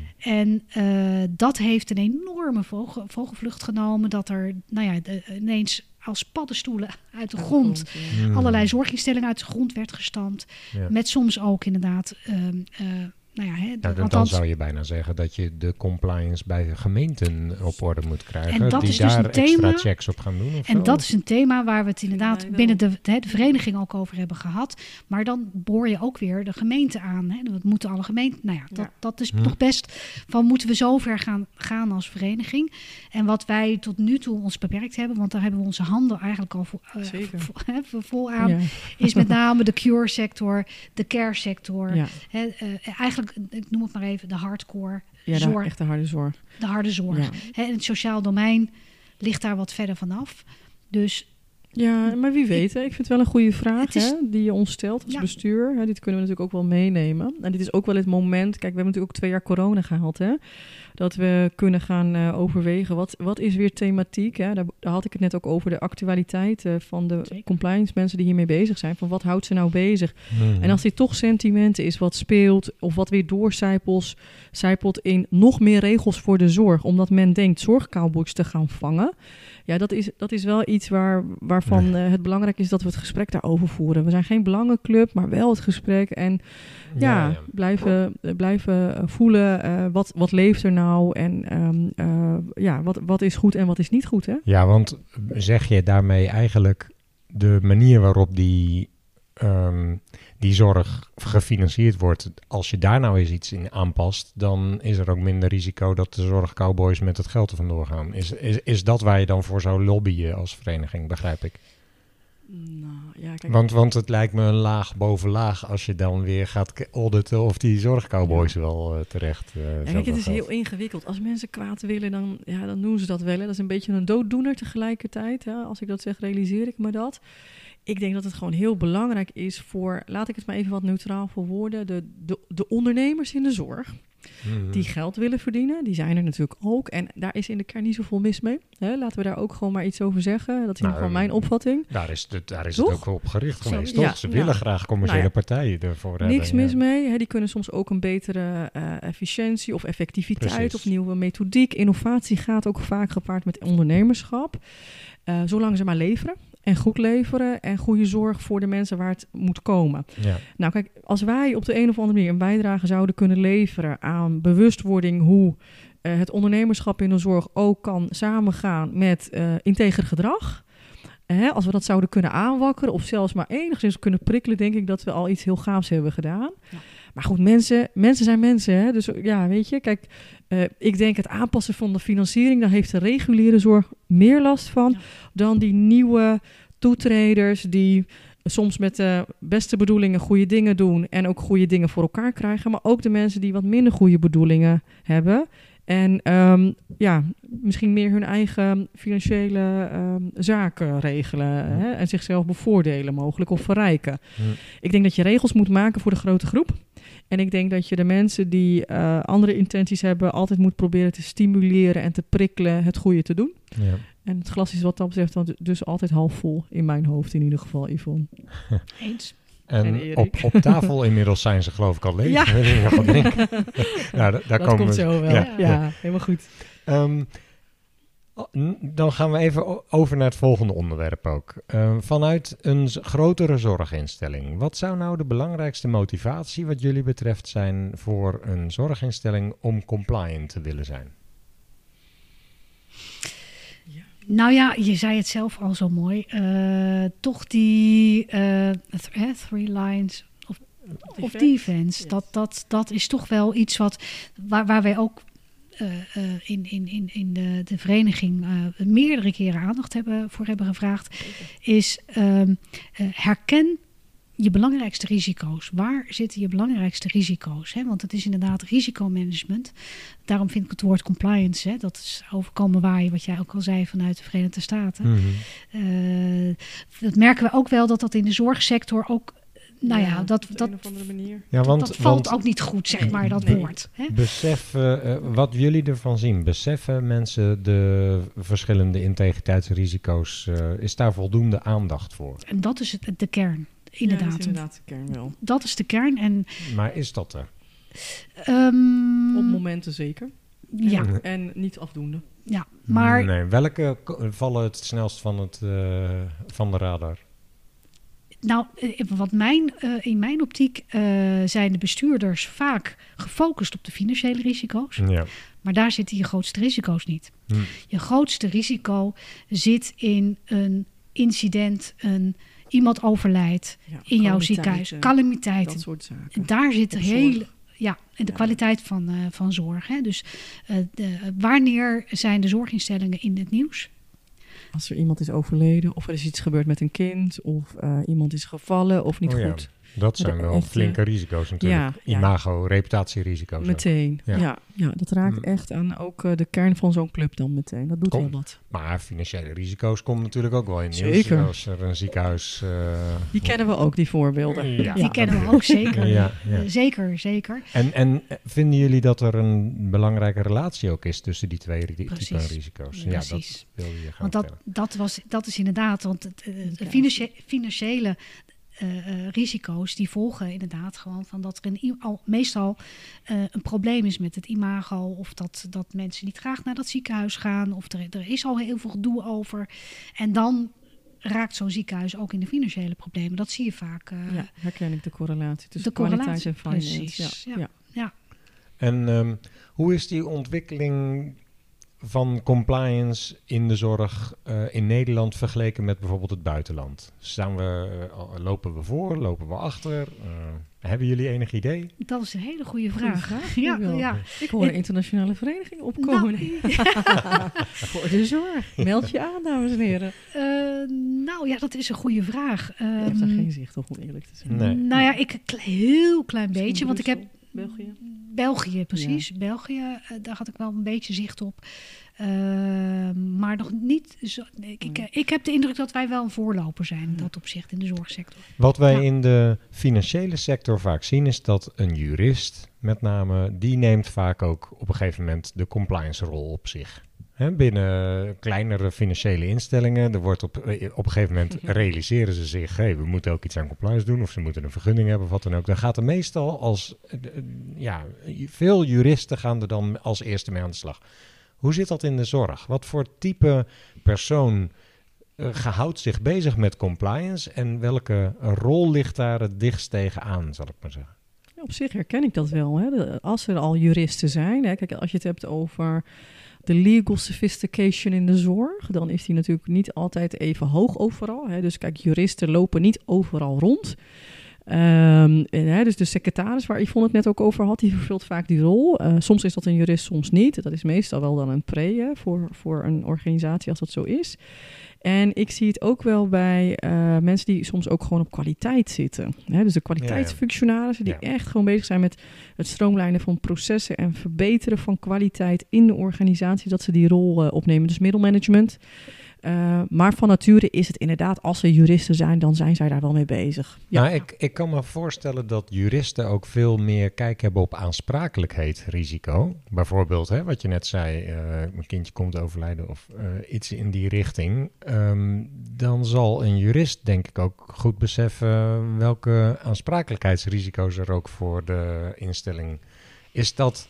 En uh, dat heeft een enorme vogel, vogelvlucht genomen. Dat er nou ja, de, ineens als paddenstoelen uit de grond... grond ja. Mm. allerlei zorginstellingen uit de grond werd gestampt. Ja. Met soms ook inderdaad... Um, uh, Nou ja, hè, Nou, dan, althans, dan zou je bijna zeggen dat je de compliance bij de gemeenten op orde moet krijgen. En dat die is dus daar een extra thema, checks op gaan doen. Of en zo? dat is een thema waar we het inderdaad Vinden binnen wij de, de, de vereniging ook over hebben gehad. Maar dan boor je ook weer de gemeente aan. Hè. Dat moeten alle gemeenten. Nou ja, dat, Ja. dat is Hm. toch best van moeten we zo ver gaan, gaan als vereniging. En wat wij tot nu toe ons beperkt hebben, want daar hebben we onze handen eigenlijk al vo, uh, Zeker. vo, hè, vol aan, Ja. is met name de cure sector, de care sector. Ja, Hè, uh, eigenlijk, ik noem het maar even, de hardcore ja zorg. daar echt de harde zorg. De harde zorg. Ja. Hè, en het sociaal domein ligt daar wat verder vanaf. Dus Ja, maar wie weet, hè? Ik vind het wel een goede vraag Het is- hè, die je ons stelt als Ja. bestuur. Hè? Dit kunnen we natuurlijk ook wel meenemen. En dit is ook wel het moment, kijk, we hebben natuurlijk ook twee jaar corona gehad, hè? Dat we kunnen gaan uh, overwegen, wat, wat is weer thematiek? Hè? Daar, daar had ik het net ook over, de actualiteit uh, van de Zeker. compliance mensen die hiermee bezig zijn. Van wat houdt ze nou bezig? Mhm. En als dit toch sentiment is wat speelt of wat weer doorcijpelt zijpelt in nog meer regels voor de zorg, omdat men denkt zorgcowboys te gaan vangen. Ja, dat is, dat is wel iets waar, waarvan Nee. uh, het belangrijk is dat we het gesprek daarover voeren. We zijn geen belangenclub, maar wel het gesprek. En ja, Ja, ja. blijven, uh, blijven voelen uh, wat, wat leeft er nou en um, uh, ja, wat, wat is goed en wat is niet goed, hè? Ja, want zeg je daarmee eigenlijk de manier waarop die, um, die zorg gefinancierd wordt, als je daar nou eens iets in aanpast, dan is er ook minder risico dat de zorgcowboys met het geld er vandoor gaan. Is, is, is dat waar je dan voor zou lobbyen als vereniging, begrijp ik? Nou, ja, kijk, Want, want het lijkt me een laag boven laag als je dan weer gaat auditen of die zorgcowboys Ja. wel uh, terecht uh, Ja, kijk, het is heel ingewikkeld. Als mensen kwaad willen, dan, ja, dan doen ze dat wel. Hè. Dat is een beetje een dooddoener tegelijkertijd. Hè. Als ik dat zeg, realiseer ik me dat. Ik denk dat het gewoon heel belangrijk is voor, laat ik het maar even wat neutraal verwoorden, de, de, de ondernemers in de zorg. Mhm. die geld willen verdienen. Die zijn er natuurlijk ook. En daar is in de kern niet zoveel mis mee. Hè? Laten we daar ook gewoon maar iets over zeggen. Dat is in ieder Nou, geval mijn opvatting. Daar is, het, daar is het Toch? ook op gericht Zo, geweest, ja, toch? Ze ja. willen graag commerciële Nou ja, partijen ervoor Niks hebben. mis ja. mee. Hè? Die kunnen soms ook een betere uh, efficiëntie of effectiviteit Precies. of nieuwe methodiek. Innovatie gaat ook vaak gepaard met ondernemerschap. Uh, zolang ze maar leveren. En goed leveren en goede zorg voor de mensen waar het moet komen. Ja. Nou kijk, als wij op de een of andere manier een bijdrage zouden kunnen leveren aan bewustwording hoe uh, het ondernemerschap in de zorg ook kan samengaan met uh, integer gedrag. Hè, als we dat zouden kunnen aanwakkeren of zelfs maar enigszins kunnen prikkelen, denk ik dat we al iets heel gaafs hebben gedaan. Ja. Maar goed, mensen, mensen zijn mensen. Hè? Dus ja, weet je, kijk, uh, ik denk het aanpassen van de financiering, daar heeft de reguliere zorg meer last van ja. dan die nieuwe toetreders die soms met de beste bedoelingen goede dingen doen en ook goede dingen voor elkaar krijgen, maar ook de mensen die wat minder goede bedoelingen hebben en um, ja, misschien meer hun eigen financiële um, zaken regelen ja. hè? en zichzelf bevoordelen mogelijk of verrijken. Ja. Ik denk dat je regels moet maken voor de grote groep. En ik denk dat je de mensen die uh, andere intenties hebben altijd moet proberen te stimuleren en te prikkelen het goede te doen. Ja. En het glas is wat dat betreft dus altijd half vol in mijn hoofd in ieder geval, Yvonne. Eens. En, en op, op tafel inmiddels zijn ze geloof ik al leeg. Ja. nou, d- daar dat komen komt we. zo wel. Ja, ja. ja helemaal goed. Um, dan gaan we even over naar het volgende onderwerp ook. Uh, vanuit een z- grotere zorginstelling. Wat zou nou de belangrijkste motivatie wat jullie betreft zijn voor een zorginstelling om compliant te willen zijn? Nou ja, je zei het zelf al zo mooi. Uh, toch die uh, th- three lines of, of defense. Yes. Dat, dat, dat is toch wel iets wat, waar, waar wij ook uh, uh, in, in, in, in de, de vereniging uh, meerdere keren aandacht hebben, voor hebben gevraagd. Is um, uh, herken je belangrijkste risico's. Waar zitten je belangrijkste risico's? Hè? Want het is inderdaad risicomanagement. Daarom vind ik het woord compliance, hè? Dat is overkomen waaien, wat jij ook al zei vanuit de Verenigde Staten. Mm-hmm. Uh, dat merken we ook wel dat dat in de zorgsector ook, nou ja, ja dat, op dat, een of andere manier. Ja, want, dat, dat valt want, ook niet goed, zeg maar, dat nee, woord. Hè? Beseffen, uh, wat jullie ervan zien, beseffen mensen de verschillende integriteitsrisico's, uh, is daar voldoende aandacht voor? En dat is het, de kern. Inderdaad. Ja, dat is inderdaad de kern wel. Dat is de kern. En, maar is dat er? Um, Op momenten zeker. Ja. En, en niet afdoende. Ja, maar... Nee, welke vallen het snelst van, het, uh, van de radar? Nou, wat mijn, uh, in mijn optiek uh, zijn de bestuurders vaak gefocust op de financiële risico's. Ja. Maar daar zitten je grootste risico's niet. Hm. Je grootste risico zit in een incident, een... iemand overlijdt ja, in jouw ziekenhuis, calamiteiten. Dat soort zaken. Daar zit de hele, ja, en de ja. kwaliteit van, uh, van zorg. Hè. Dus uh, de, wanneer zijn de zorginstellingen in het nieuws? Als er iemand is overleden, of er is iets gebeurd met een kind, of uh, iemand is gevallen of niet oh, ja. goed. Dat zijn wel echt, flinke risico's natuurlijk. Ja, Imago, ja. reputatierisico's. Meteen, ja. Ja, ja, dat raakt mm. echt aan ook uh, de kern van zo'n club dan meteen. Dat doet Kom. wel wat. Maar financiële risico's komen natuurlijk ook wel in nieuws. Zeker. Als er een ziekenhuis... Uh, die kennen we ook, die voorbeelden. Ja. Ja. Die kennen we ook, zeker. ja, ja. Uh, zeker, zeker. En, en vinden jullie dat er een belangrijke relatie ook is tussen die twee ri- typen risico's? Ja, Precies. Dat wilde je gaan want dat, dat, was, dat is inderdaad... Want het, uh, de financi- financiële... Uh, uh, risico's die volgen inderdaad gewoon van dat er een, al, meestal uh, een probleem is met het imago of dat, dat mensen niet graag naar dat ziekenhuis gaan of er, er is al heel veel gedoe over en dan raakt zo'n ziekenhuis ook in de financiële problemen. Dat zie je vaak. Uh, ja, herken ik de correlatie tussen de kwaliteit correlatie, en finance. Precies, ja. Ja. Ja. Ja. En um, hoe is die ontwikkeling van compliance in de zorg uh, in Nederland vergeleken met bijvoorbeeld het buitenland? Staan we, uh, lopen we voor, lopen we achter? Uh, hebben jullie enig idee? Dat is een hele goede vraag. Goeie vraag ja, ja. Ja. Ik hoor een internationale vereniging opkomen. Nou, ja. Voor de zorg. Meld je aan, dames en heren. Uh, nou ja, dat is een goede vraag. Um, je hebt daar geen zicht op, om eerlijk te zijn. Nee. Nou ja, ik een heel klein Misschien beetje, want ik heb... België? België, precies. Ja. België, uh, daar had ik wel een beetje zicht op. Uh, maar nog niet zo... Ik, ik, ik heb de indruk dat wij wel een voorloper zijn in dat opzicht in de zorgsector. Wat wij ja. in de financiële sector vaak zien is dat een jurist met name, die neemt vaak ook op een gegeven moment de compliance rol op zich. Hè, binnen kleinere financiële instellingen, er wordt op, op een gegeven moment realiseren ze zich, hey, we moeten ook iets aan compliance doen, of ze moeten een vergunning hebben of wat dan ook. Dan gaat er meestal als, ja, veel juristen gaan er dan als eerste mee aan de slag. Hoe zit dat in de zorg? Wat voor type persoon uh, houdt zich bezig met compliance en welke rol ligt daar het dichtst tegenaan, zal ik maar zeggen? Ja, op zich herken ik dat wel. Hè. De, als er al juristen zijn, hè, kijk, als je het hebt over de legal sophistication in de zorg, dan is die natuurlijk niet altijd even hoog overal. Hè. Dus kijk, juristen lopen niet overal rond. Um, en, hè, dus de secretaris waar Yvonne het net ook over had, die vervult vaak die rol. Uh, soms is dat een jurist, soms niet. Dat is meestal wel dan een pre hè, voor, voor een organisatie als dat zo is. En ik zie het ook wel bij uh, mensen die soms ook gewoon op kwaliteit zitten. Hè? Dus de kwaliteitsfunctionarissen die ja. echt gewoon bezig zijn met het stroomlijnen van processen en verbeteren van kwaliteit in de organisatie, dat ze die rol uh, opnemen. Dus middelmanagement. Uh, maar van nature is het inderdaad, als er juristen zijn, dan zijn zij daar wel mee bezig. Ja. Nou, ik, ik kan me voorstellen dat juristen ook veel meer kijk hebben op aansprakelijkheidsrisico. Bijvoorbeeld, hè, wat je net zei, uh, mijn kindje komt overlijden of uh, iets in die richting. Um, dan zal een jurist denk ik ook goed beseffen welke aansprakelijkheidsrisico's er ook voor de instelling is. Dat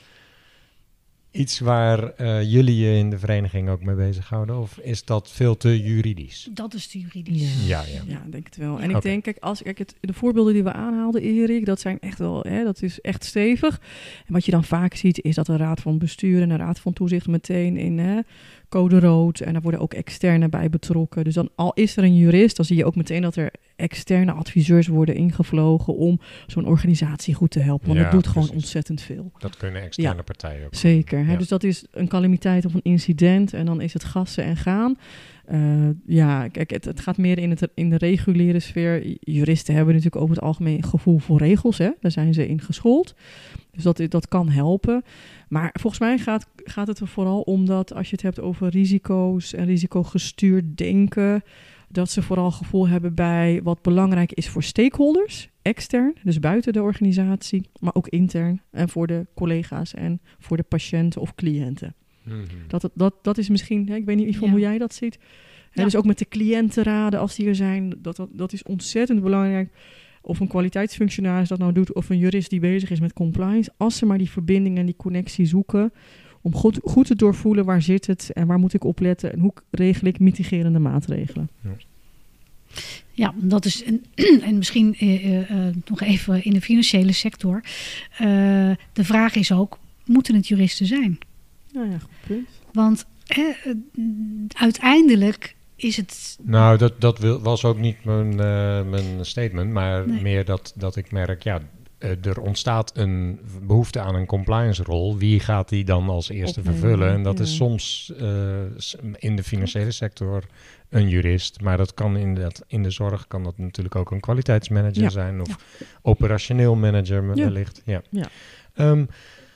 iets waar uh, jullie je in de vereniging ook mee bezighouden? Of is dat veel te juridisch? Dat is te juridisch. Ja, ja. ja. ja denk het wel. En ik okay. denk, kijk, als, kijk het, de voorbeelden die we aanhaalden, Erik, dat zijn echt wel, hè, dat is echt stevig. En wat je dan vaak ziet, is dat de raad van bestuur en de raad van toezicht meteen in hè, code rood. En daar worden ook externen bij betrokken. Dus dan al is er een jurist, dan zie je ook meteen dat er externe adviseurs worden ingevlogen om zo'n organisatie goed te helpen. Want ja, dat doet precies. gewoon ontzettend veel. Dat kunnen externe ja, partijen ook. Zeker. Hè? Ja. Dus dat is een calamiteit of een incident en dan is het gassen en gaan. Uh, ja, kijk, het, het gaat meer in, het, in de reguliere sfeer. Juristen hebben natuurlijk over het algemeen gevoel voor regels. Hè? Daar zijn ze in geschoold. Dus dat, dat kan helpen. Maar volgens mij gaat, gaat het er vooral om dat als je het hebt over risico's en risicogestuurd denken, dat ze vooral gevoel hebben bij wat belangrijk is voor stakeholders, extern, dus buiten de organisatie, maar ook intern en voor de collega's en voor de patiënten of cliënten. Mm-hmm. Dat, dat, dat is misschien, hè, ik weet niet Yvonne, ja. hoe jij dat ziet. Hè, ja. Dus ook met de cliëntenraden, als die er zijn, dat, dat, dat is ontzettend belangrijk. Of een kwaliteitsfunctionaris dat nou doet, of een jurist die bezig is met compliance. Als ze maar die verbinding en die connectie zoeken, om goed, goed te doorvoelen waar zit het en waar moet ik op letten en hoe regel ik mitigerende maatregelen. Ja. Ja, dat is een, en misschien uh, uh, nog even in de financiële sector. Uh, de vraag is ook, moeten het juristen zijn? Nou ja, goed punt. Want uh, uiteindelijk is het... Nou, dat, dat wil, was ook niet mijn, uh, mijn statement, maar nee. meer dat, dat ik merk, ja, uh, er ontstaat een behoefte aan een compliance rol. Wie gaat die dan als eerste Opnemen, vervullen? En dat ja. is soms uh, in de financiële sector een jurist, maar dat kan inderdaad in de zorg kan dat natuurlijk ook een kwaliteitsmanager ja. zijn of ja. operationeel manager ja. wellicht. Ja. Ja. Um,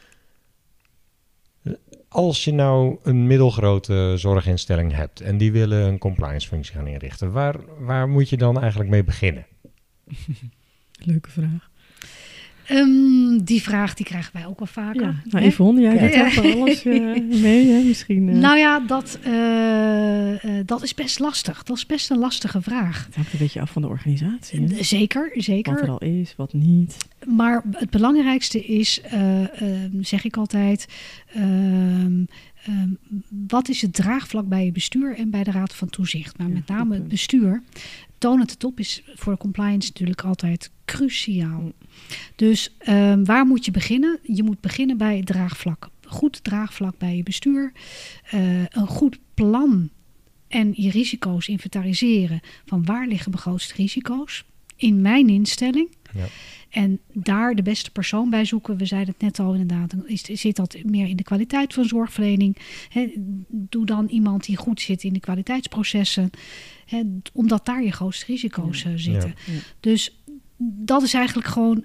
als je nou een middelgrote zorginstelling hebt en die willen een compliance functie gaan inrichten, waar, waar moet je dan eigenlijk mee beginnen? Leuke vraag. Um, die vraag die krijgen wij ook wel vaker. Ja, nou, Yvonne, jij hebt ja. ook alles uh, mee, hè? Misschien. Uh... Nou ja, dat, uh, uh, dat is best lastig. Dat is best een lastige vraag. Het hangt een beetje af van de organisatie. Hè? Zeker, zeker. Wat er al is, wat niet. Maar het belangrijkste is, uh, uh, zeg ik altijd, uh, uh, wat is het draagvlak bij je bestuur en bij de Raad van Toezicht? Maar ja, met name het bestuur. Toon het top is voor de compliance natuurlijk altijd cruciaal. Dus uh, waar moet je beginnen? Je moet beginnen bij het draagvlak. Goed draagvlak bij je bestuur. Uh, een goed plan en je risico's inventariseren. Van waar liggen de grootste risico's? In mijn instelling. Ja. En daar de beste persoon bij zoeken. We zeiden het net al inderdaad. Is, zit dat meer in de kwaliteit van zorgverlening? He, doe dan iemand die goed zit in de kwaliteitsprocessen. He, omdat daar je grootste risico's ja. uh, zitten. Ja. Ja. Dus dat is eigenlijk gewoon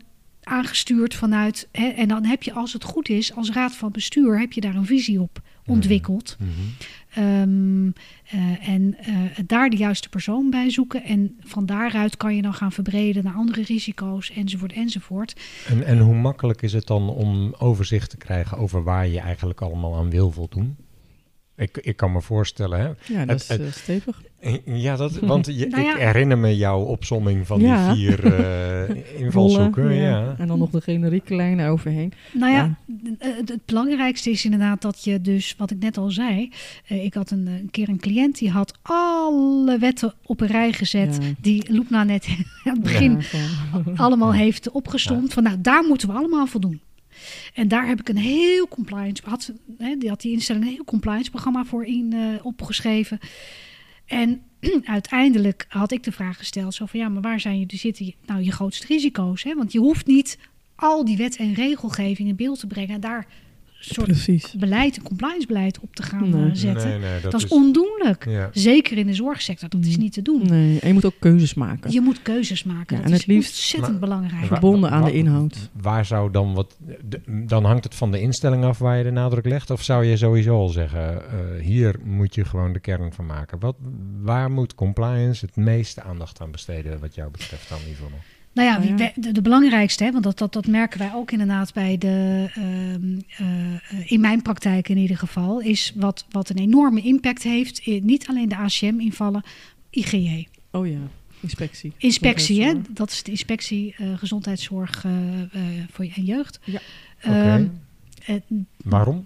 aangestuurd vanuit... Hè, en dan heb je, als het goed is, als raad van bestuur... heb je daar een visie op ontwikkeld. Mm-hmm. Um, uh, en uh, daar de juiste persoon bij zoeken. En van daaruit kan je dan gaan verbreden naar andere risico's, enzovoort, enzovoort. En, en hoe makkelijk is het dan om overzicht te krijgen over waar je eigenlijk allemaal aan wil voldoen? Ik, ik kan me voorstellen, hè? Ja, dat is het, uh, stevig. Ja, dat, want je, nou ja, ik herinner me jouw opsomming van ja. die vier uh, invalshoeken. Rollen, ja. Ja. En dan nog de generieke lijnen overheen. Nou ja, ja. Het, het belangrijkste is inderdaad dat je dus, wat ik net al zei... Uh, ik had een, een keer een cliënt die had alle wetten op een rij gezet... Ja. die Loepna net aan het begin Ja, allemaal heeft opgestomd. Ja. Van nou, daar moeten we allemaal voldoen. En daar heb ik een heel compliance... Had, hè, die had die instelling een heel compliance programma voor in uh, opgeschreven. En uiteindelijk had ik de vraag gesteld... zo van ja, maar waar zijn je, zitten nou je grootste risico's? Hè? Want je hoeft niet al die wet en regelgeving in beeld te brengen... en daar een soort Precies. beleid, een compliance beleid op te gaan Nee. uh, zetten. Nee, nee, dat, dat is is ondoenlijk. Ja. Zeker in de zorgsector, dat is niet te doen. Nee, en je moet ook keuzes maken. Je moet keuzes maken. Ja, dat en is het liefst- ontzettend Maar- belangrijk. Wa- Verbonden aan wa- de inhoud. Waar zou dan wat... de- dan hangt het van de instelling af waar je de nadruk legt? Of zou je sowieso al zeggen... Uh, hier moet je gewoon de kern van maken? Wat, waar moet compliance het meeste aandacht aan besteden... wat jou betreft dan, Yvonne? Nou ja, Nou ja. wie- de, de belangrijkste, hè, want dat, dat, dat merken wij ook inderdaad bij de, uh, uh, in mijn praktijk in ieder geval, is wat, wat een enorme impact heeft, in, niet alleen de A C M-invallen, I G J. Oh ja, inspectie. Inspectie, hè? Gezondheidszorg. Dat is de inspectie uh, gezondheidszorg uh, uh, voor je en jeugd. Ja. Oké. Uh, Waarom?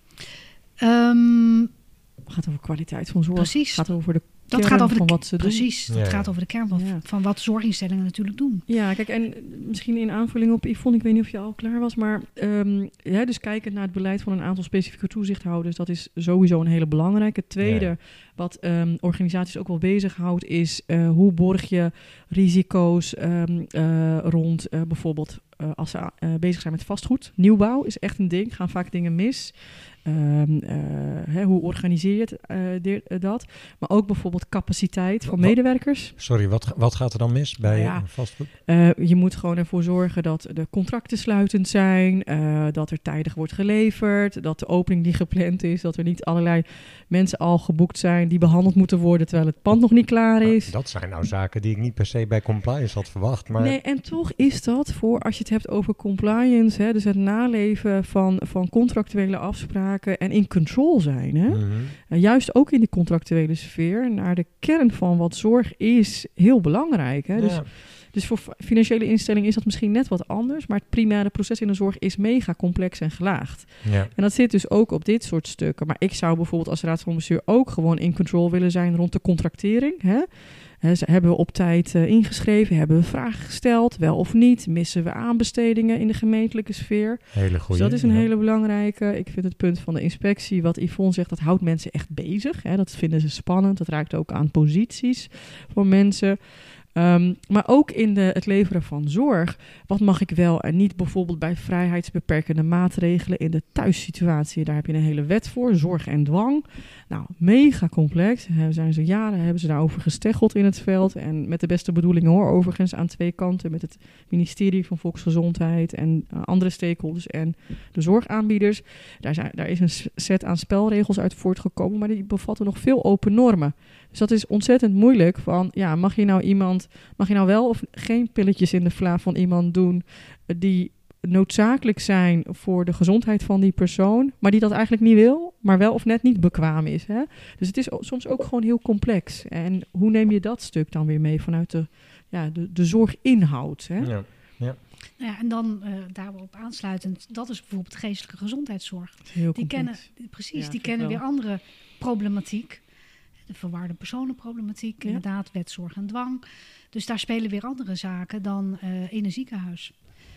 um, Het gaat over kwaliteit van zorg. Precies. Het gaat over de dat kern gaat over de van ke- wat ze doen. precies, dat Ja, ja. gaat over de kern van, Ja. van wat zorginstellingen natuurlijk doen. Ja, kijk, en misschien in aanvulling op Yvonne, ik weet niet of je al klaar was, maar um, ja, dus kijken naar het beleid van een aantal specifieke toezichthouders, dat is sowieso een hele belangrijke. Het tweede, Ja. wat um, organisaties ook wel bezighoudt, is uh, hoe borg je risico's um, uh, rond uh, bijvoorbeeld uh, als ze uh, bezig zijn met vastgoed. Nieuwbouw is echt een ding, gaan vaak dingen mis. Um, uh, hè, hoe organiseer je het, uh, de, uh, dat? Maar ook bijvoorbeeld capaciteit van Wat- medewerkers. Sorry, wat, wat gaat er dan mis bij Nou ja. uh, vastgoed? Uh, je moet gewoon ervoor zorgen dat de contracten sluitend zijn, uh, dat er tijdig wordt geleverd, dat de opening die gepland is, dat er niet allerlei mensen al geboekt zijn die behandeld moeten worden terwijl het pand nog niet klaar is. Nou, dat zijn nou zaken die ik niet per se bij compliance had verwacht. Maar Nee, en toch is dat voor, als je het hebt over compliance, hè, dus het naleven van, van contractuele afspraken en in control zijn. Hè? Mhm. Uh, juist ook in de contractuele sfeer, naar de kern van wat zorg is, heel belangrijk. Hè? Dus, Ja. dus voor fi- financiële instellingen is dat misschien net wat anders, maar het primaire proces in de zorg is mega complex en gelaagd. Ja. En dat zit dus ook op dit soort stukken. Maar ik zou bijvoorbeeld als raad van bestuur ook gewoon in control willen zijn rond de contractering. Hè? He, ze hebben we op tijd uh, ingeschreven, hebben we vragen gesteld, wel of niet, missen we aanbestedingen in de gemeentelijke sfeer. Hele goede. Dus dat is een ja. hele belangrijke. Ik vind het punt van de inspectie, wat Yvonne zegt, dat houdt mensen echt bezig. Hè? Dat vinden ze spannend, dat raakt ook aan posities voor mensen. Um, maar ook in de, het leveren van zorg. Wat mag ik wel en niet bijvoorbeeld bij vrijheidsbeperkende maatregelen in de thuissituatie. Daar heb je een hele wet voor, zorg en dwang. Nou, mega complex. Daar zijn ze jaren hebben ze daarover gesteggeld in het veld. En met de beste bedoelingen hoor, overigens aan twee kanten. Met het ministerie van Volksgezondheid en uh, andere stakeholders en de zorgaanbieders. Daar, zijn, daar is een set aan spelregels uit voortgekomen, maar die bevatten nog veel open normen. Dus dat is ontzettend moeilijk. Van, ja, mag je nou iemand, mag je nou wel of geen pilletjes in de vla van iemand doen die noodzakelijk zijn voor de gezondheid van die persoon, maar die dat eigenlijk niet wil, maar wel of net niet bekwaam is. Hè? Dus het is o- soms ook gewoon heel complex. En hoe neem je dat stuk dan weer mee vanuit de, ja, de, de zorginhoud? Hè? Ja. Nou ja, en dan uh, daarop aansluitend, dat is bijvoorbeeld geestelijke gezondheidszorg. Heel Die kennen, complex. precies, Ja, die vind kennen ik weer wel. andere problematiek. De verwarde personenproblematiek, Ja. inderdaad, wet zorg en dwang. Dus daar spelen weer andere zaken dan uh, in een ziekenhuis.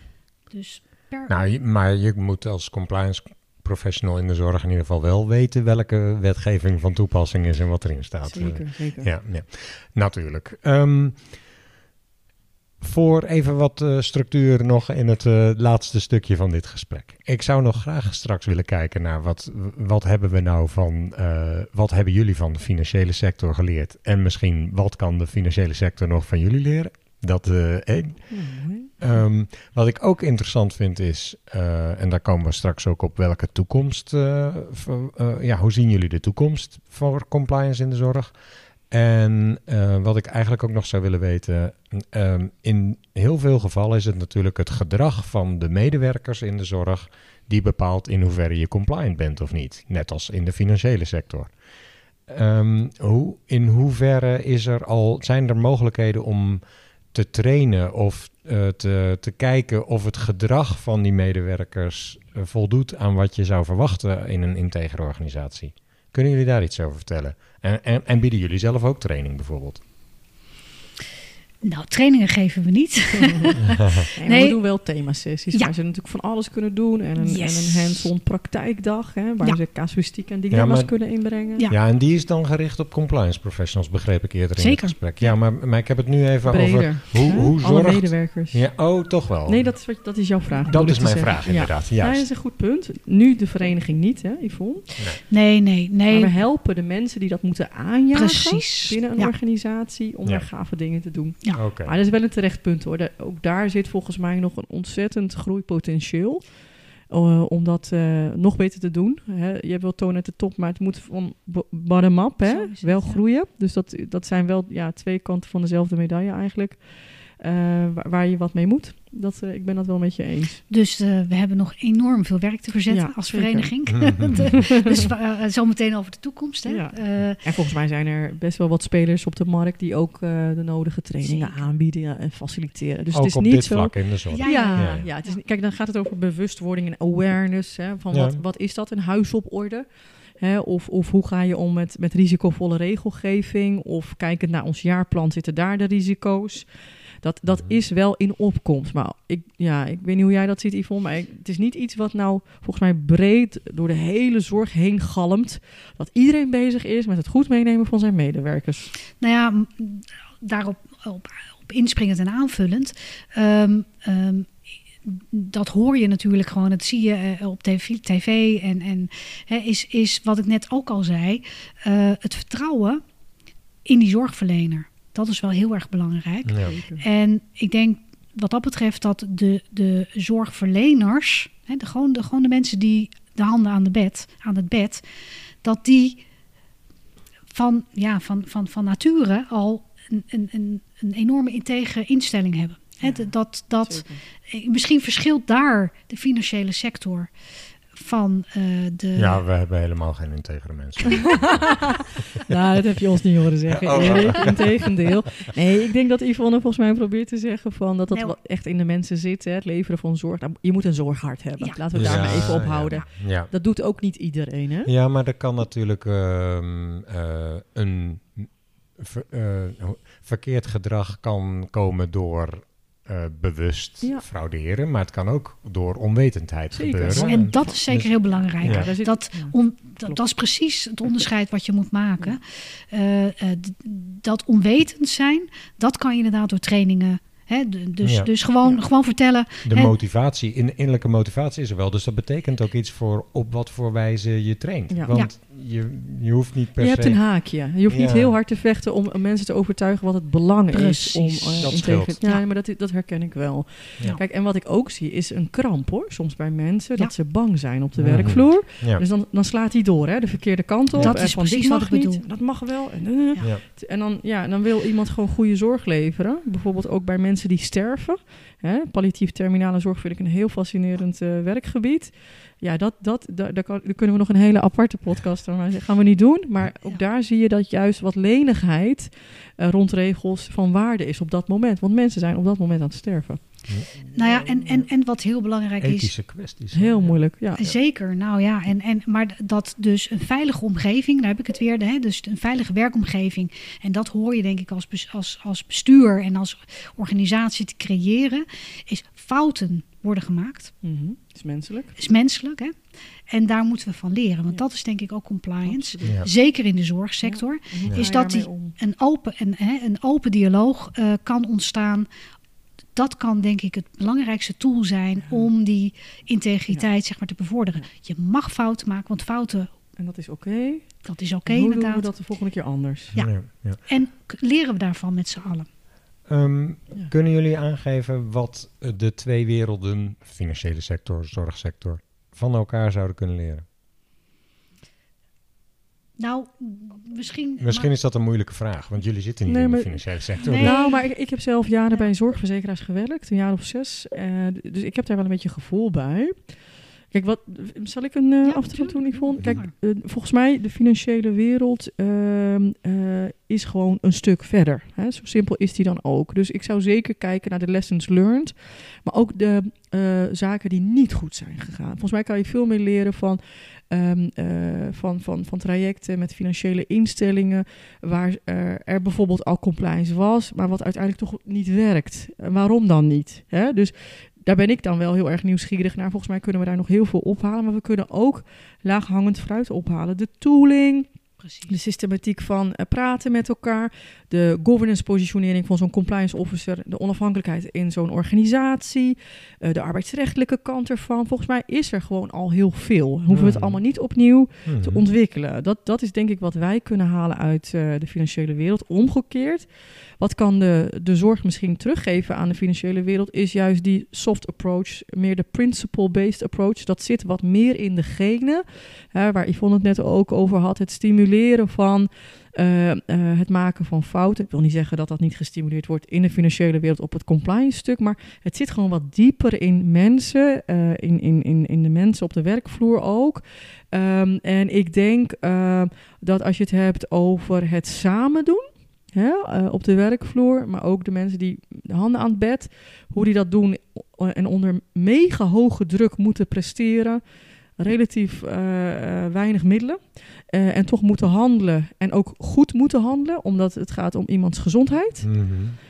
Dus per... Nou, je- maar je moet als compliance professional in de zorg in ieder geval wel weten welke wetgeving van toepassing is en wat erin staat. Zeker, zeker. Ja, ja, natuurlijk. Um, voor even wat uh, structuur nog in het uh, laatste stukje van dit gesprek. Ik zou nog graag straks willen kijken naar wat, wat hebben we nou van, uh, wat hebben jullie van de financiële sector geleerd? En misschien wat kan de financiële sector nog van jullie leren? Dat uh, één. Um, wat ik ook interessant vind is, uh, en daar komen we straks ook op, welke toekomst, uh, voor, uh, ja, hoe zien jullie de toekomst voor compliance in de zorg? En uh, wat ik eigenlijk ook nog zou willen weten, um, in heel veel gevallen is het natuurlijk het gedrag van de medewerkers in de zorg die bepaalt in hoeverre je compliant bent of niet. Net als in de financiële sector. Um, hoe, in hoeverre is er al, zijn er mogelijkheden om te trainen of uh, te, te kijken of het gedrag van die medewerkers uh, voldoet aan wat je zou verwachten in een integere organisatie? Kunnen jullie daar iets over vertellen? En, en, en bieden jullie zelf ook training bijvoorbeeld? Nou, trainingen geven we niet. nee, nee. We doen wel themasessies Ja. waar ze natuurlijk van alles kunnen doen. En een, Yes. en een hands-on praktijkdag, hè, waar Ja. ze casuïstiek en dilemma's Ja, maar- kunnen inbrengen. Ja. Ja, en die is dan gericht op compliance professionals, begreep ik eerder in Zeker. het gesprek. Ja, maar, maar ik heb het nu even Breder. over hoe, hè? hoe Alle zorgt... medewerkers. Ja, oh, toch wel. Nee, dat is, wat, dat is jouw vraag. Dat bedoel is ik te mijn zeggen. vraag Ja. inderdaad, Ja, juist. dat is een goed punt. Nu de vereniging niet, hè, Yvonne. Nee, nee, Maar nee. we helpen de mensen die dat moeten aanjagen Precies. binnen een Ja. organisatie om Ja. daar gave dingen te doen. Ja. Oké. Maar dat is wel een terecht punt hoor. De- ook daar zit volgens mij nog een ontzettend groeipotentieel. Uh, om dat uh, nog beter te doen. Hè. Je hebt wel toon uit de top, maar het moet van bo- bottom-up hè, Zo is het, wel ja. groeien. Dus dat, dat zijn wel ja, twee kanten van dezelfde medaille eigenlijk. Uh, waar, waar je wat mee moet. Dat, uh, ik ben dat wel met je eens. Dus uh, we hebben nog enorm veel werk te verzetten Ja, als zeker. vereniging. Mhm. De- dus uh, zometeen over de toekomst. Hè? Ja. Uh, En volgens mij zijn er best wel wat spelers op de markt die ook uh, de nodige trainingen Zeker. aanbieden ja, en faciliteren. Dus ook het is op niet dit zo. vlak in de zorg. Ja, Ja, ja. ja, het is, kijk, dan gaat het over bewustwording en awareness. Hè, van Ja. wat, wat is dat, een huis op orde? Hè, of, of hoe ga je om met, met risicovolle regelgeving? Of kijkend naar ons jaarplan, zitten daar de risico's? Dat, dat Mhm. is wel in opkomst. Maar ik, ja, ik weet niet hoe jij dat ziet, Yvonne. Maar ik- het is niet iets wat nou volgens mij breed door de hele zorg heen galmt. Dat iedereen bezig is met het goed meenemen van zijn medewerkers. nou ja, m- daarop op, op inspringend en aanvullend. Um, um, dat hoor je natuurlijk gewoon, dat zie je uh, op tv, tv en, en hè, is, is wat ik net ook al zei, uh, het vertrouwen in die zorgverlener. Dat is wel heel erg belangrijk. Ja. En ik denk wat dat betreft dat de, de zorgverleners, hè, de, gewoon, de, gewoon de mensen die de handen aan, de bed, aan het bed, dat die van, ja, van, van, van nature al een, een, een, een enorme integere instelling hebben. Hè, Ja, d- dat, dat, Zeker. eh, misschien verschilt daar de financiële sector van uh, de... Ja, we hebben helemaal geen integere mensen. Nou, dat heb je ons niet horen zeggen, Oh, Erik. Integendeel. Nee, ik denk dat Yvonne volgens mij probeert te zeggen van dat dat Nee, wel echt in de mensen zit, hè, het leveren van zorg. Nou, je moet een zorghart hebben. Ja. Laten we het daar maar even ophouden. Ja, ja. Dat doet ook niet iedereen, hè? Ja, maar er kan natuurlijk ehm, uh, een ver, uh, verkeerd gedrag kan komen door uh, bewust Ja. frauderen, maar het kan ook door onwetendheid Zeker. gebeuren. En dat is zeker Dus- heel belangrijk. Ja. daar zit- Dat, ja. on, dat, dat is precies het onderscheid wat je moet maken. Uh, uh, d- dat onwetend zijn, dat kan je inderdaad door trainingen. Hè, d- dus, Ja. dus gewoon, Ja. gewoon vertellen. De hè, motivatie, in, innerlijke motivatie is er wel. Dus dat betekent ook iets voor op wat voor wijze je traint. Ja. Want je, je hoeft niet per Je se... hebt een haakje. Je hoeft niet Ja. heel hard te vechten om om mensen te overtuigen wat het belang Precies. is. Om, uh, Dat integer- scheelt. Ja, Ja. maar dat, dat herken ik wel. Ja. Kijk, en wat ik ook zie is een kramp hoor. Soms bij mensen Ja. dat ze bang zijn op de Mhm. werkvloer. Ja. Dus dan, dan slaat hij door, hè, de verkeerde kant op. Dat en is van, precies dit wat mag ik niet, bedoel. dat mag wel. En, uh, Ja. Ja. en dan, ja, dan wil iemand gewoon goede zorg leveren. Bijvoorbeeld ook bij mensen die sterven. Hè? Palliatief terminale zorg vind ik een heel fascinerend uh, werkgebied. Ja, dat, dat, daar, daar, kan, daar kunnen we nog een hele aparte podcast aan maken. Dat gaan we niet doen. Maar ook Ja. daar zie je dat juist wat lenigheid uh, rond regels van waarde is op dat moment. Want mensen zijn op dat moment aan het sterven. Nou ja, en, en, en wat heel belangrijk is. Ethische kwesties. Heel moeilijk, ja. Zeker, nou ja, en, en, maar dat dus een veilige omgeving, daar heb ik het weer, hè, dus een veilige werkomgeving. En dat hoor je denk ik als, bes- als, als bestuur en als organisatie te creëren, is fouten worden gemaakt. Mm-hmm. Is menselijk. Is menselijk, hè? En daar moeten we van leren, want Ja. dat is denk ik ook compliance. Absoluut. Ja. Zeker in de zorgsector. En hoe Ja. ga Is je dat daarmee die- om? Een open, een, hè, een open dialoog uh, kan ontstaan. Dat kan denk ik het belangrijkste tool zijn Ja. om die integriteit zeg maar, te bevorderen. Ja. Je mag fouten maken, want fouten, En dat is oké. dat is oké Hoe doen inderdaad. we dat de volgende keer anders? Ja. Ja, ja. En k- leren we daarvan met z'n allen. Um, Ja. Kunnen jullie aangeven wat de twee werelden, financiële sector, zorgsector, van elkaar zouden kunnen leren? Nou, misschien... Misschien maar- is dat een moeilijke vraag, want jullie zitten niet Nee, in de maar- financiële sector. Nee. Nou, maar ik, ik heb zelf jaren bij een zorgverzekeraars gewerkt, een jaar of zes. Uh, d- dus ik heb daar wel een beetje gevoel bij. Kijk, wat, zal ik een uh, Ja, aftrap doen, tuurlijk. Yvonne? Doe Kijk, uh, volgens mij, de financiële wereld uh, uh, is gewoon een stuk verder. Hè? Zo simpel is die dan ook. Dus ik zou zeker kijken naar de lessons learned, maar ook de uh, zaken die niet goed zijn gegaan. Volgens mij kan je veel meer leren van, um, uh, van, van, van trajecten met financiële instellingen, waar uh, er bijvoorbeeld al compliance was, maar wat uiteindelijk toch niet werkt. Uh, waarom dan niet? Hè? Dus daar ben ik dan wel heel erg nieuwsgierig naar. Volgens mij kunnen we daar nog heel veel ophalen. Maar we kunnen ook laaghangend fruit ophalen. De tooling, Precies. de systematiek van uh, praten met elkaar, de governance positionering van zo'n compliance officer, de onafhankelijkheid in zo'n organisatie, uh, de arbeidsrechtelijke kant ervan. Volgens mij is er gewoon al heel veel. Hoeven we het Mhm. allemaal niet opnieuw Mhm. te ontwikkelen. Dat, dat is denk ik wat wij kunnen halen uit uh, de financiële wereld. Omgekeerd, wat kan de, de zorg misschien teruggeven aan de financiële wereld, is juist die soft approach, meer de principle-based approach. Dat zit wat meer in de genen, hè, waar Yvonne het net ook over had, het stimuleren van uh, uh, het maken van fouten. Ik wil niet zeggen dat dat niet gestimuleerd wordt in de financiële wereld op het compliance stuk, maar het zit gewoon wat dieper in mensen, uh, in, in, in, in de mensen op de werkvloer ook. Um, en ik denk uh, dat als je het hebt over het samen doen, hè, uh, op de werkvloer, maar ook de mensen die de handen aan het bed, hoe die dat doen en onder mega hoge druk moeten presteren, relatief uh, uh, weinig middelen uh, en toch moeten handelen en ook goed moeten handelen, omdat het gaat om iemands gezondheid. Mhm.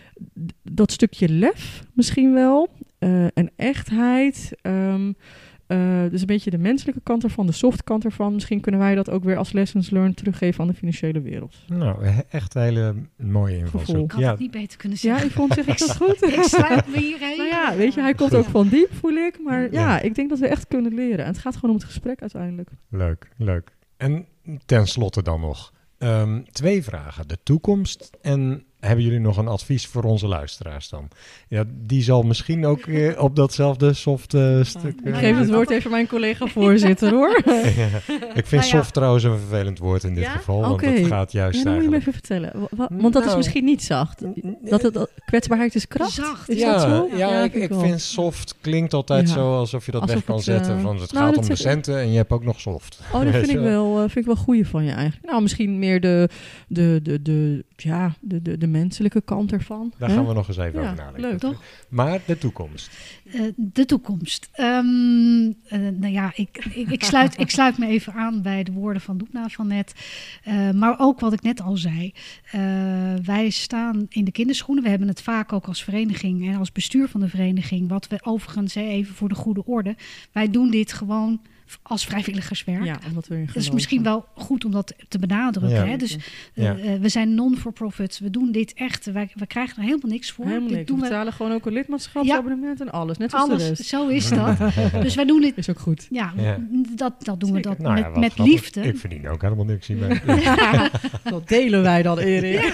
D- dat stukje lef misschien wel, uh, en echtheid, um, uh, dus een beetje de menselijke kant ervan, de soft kant ervan. Misschien kunnen wij dat ook weer als lessons learned teruggeven aan de financiële wereld. Nou, he- echt een hele mooie Gevoel. invalshoek. Ik had Ja, het niet beter kunnen Ja, zeggen. ik vond zeg ik dat goed. Ik sluit me hierheen. Nou ja, weet je, hij komt ook van diep, voel ik. Maar ja, ja, ik denk dat we echt kunnen leren. En het gaat gewoon om het gesprek uiteindelijk. leuk, leuk. En tenslotte dan nog um, twee vragen. De toekomst en hebben jullie nog een advies voor onze luisteraars dan? Ja, die zal misschien ook uh, op datzelfde soft uh, stuk... Ik uh, geef het woord even mijn collega voorzitter, hoor. Ja, ik vind Nou ja. soft trouwens een vervelend woord in dit Ja? geval, want Oké. het gaat juist Ja, dan moet je me eigenlijk... even vertellen. Wa- wa- want dat is Nou, misschien niet zacht. Dat het dat, kwetsbaarheid is kracht. Zacht. Is ja, dat zo? ja, ik, vind ik wel. vind soft klinkt altijd Ja. zo alsof je dat Alsof weg kan het, zetten. uh, Van het nou, gaat dat om de zeg- centen en je hebt ook nog soft. Oh, dat vind ik Zo. wel, uh, vind ik wel goeie van je eigenlijk. Nou, misschien meer de, de, de, de, ja, de, de, de menselijke kant ervan. Daar hè? gaan we nog eens even Ja, over nadenken. leuk. Toch? Maar de toekomst. Uh, de toekomst. Um, uh, nou ja, ik, ik, ik, sluit, ik sluit me even aan bij de woorden van Doepna van net. Uh, maar ook wat ik net al zei. Uh, wij staan in de kinderschoenen. We hebben het vaak ook als vereniging en als bestuur van de vereniging. Wat we overigens, hè, even voor de goede orde. Wij doen dit gewoon als vrijwilligerswerk. Ja, omdat we erin Dat is geloven. misschien wel goed om dat te benadrukken. Ja. Hè? Dus uh, Ja. uh, we zijn non-for-profit. We doen dit echt. Wij, wij krijgen er helemaal niks voor. Helemaal dit niks. doen We we betalen gewoon ook een lidmaatschapsabonnement en alles. Net als de alles. rest. Zo is dat. Dus wij doen dit. Is ook goed. Ja, Ja. dat, dat doen we dat Nou ja, met, wat met grappig. liefde. Ik verdien ook helemaal niks hiermee. Dat delen wij dan, Erik.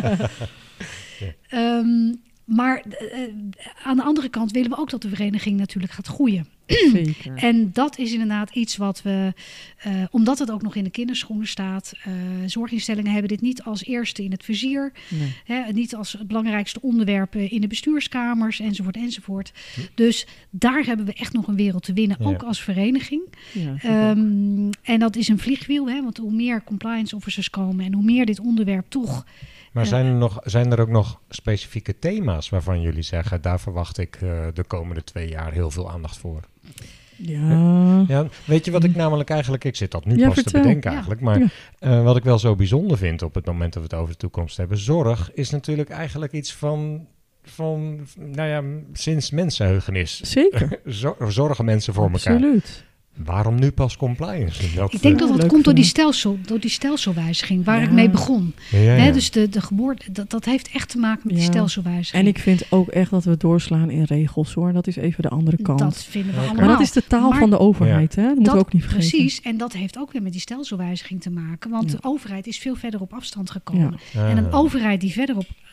Um, maar uh, aan de andere kant willen we ook dat de vereniging natuurlijk gaat groeien. Zeker. En dat is inderdaad iets wat we, uh, omdat het ook nog in de kinderschoenen staat, uh, zorginstellingen hebben dit niet als eerste in het vizier, Nee. hè, niet als het belangrijkste onderwerp in de bestuurskamers, enzovoort, enzovoort. Dus daar hebben we echt nog een wereld te winnen, Ja. ook als vereniging. Ja, vind ik ook. Um, en dat is een vliegwiel, hè, want hoe meer compliance officers komen en hoe meer dit onderwerp toch... Maar zijn er, nog, zijn er ook nog specifieke thema's waarvan jullie zeggen, daar verwacht ik uh, de komende twee jaar heel veel aandacht voor? Ja. Ja, weet je wat ik namelijk eigenlijk, ik zit dat nu Ja, pas vertel. te bedenken Ja. eigenlijk, maar Ja. uh, wat ik wel zo bijzonder vind op het moment dat we het over de toekomst hebben, zorg is natuurlijk eigenlijk iets van, van nou ja, sinds mensenheugenis. Zeker. Zor- zorgen mensen voor elkaar. Absoluut. Waarom nu pas compliance? Dat, Ik denk uh, dat dat leuk komt door die, vinden. stelsel, door die stelselwijziging, waar Ja. ik mee begon. ja, ja. Hè, dus de, de geboorte, dat, dat heeft echt te maken met die Ja. stelselwijziging. En ik vind ook echt dat we doorslaan in regels, hoor. Dat is even de andere kant. Dat vinden we Oké. allemaal. maar dat is de taal Maar van de overheid, hè? Dat moeten we ook niet vergeten. Precies, en dat heeft ook weer met die stelselwijziging te maken. Want Ja. de overheid is veel verder op afstand gekomen. Ja. Ah. En een overheid die verder op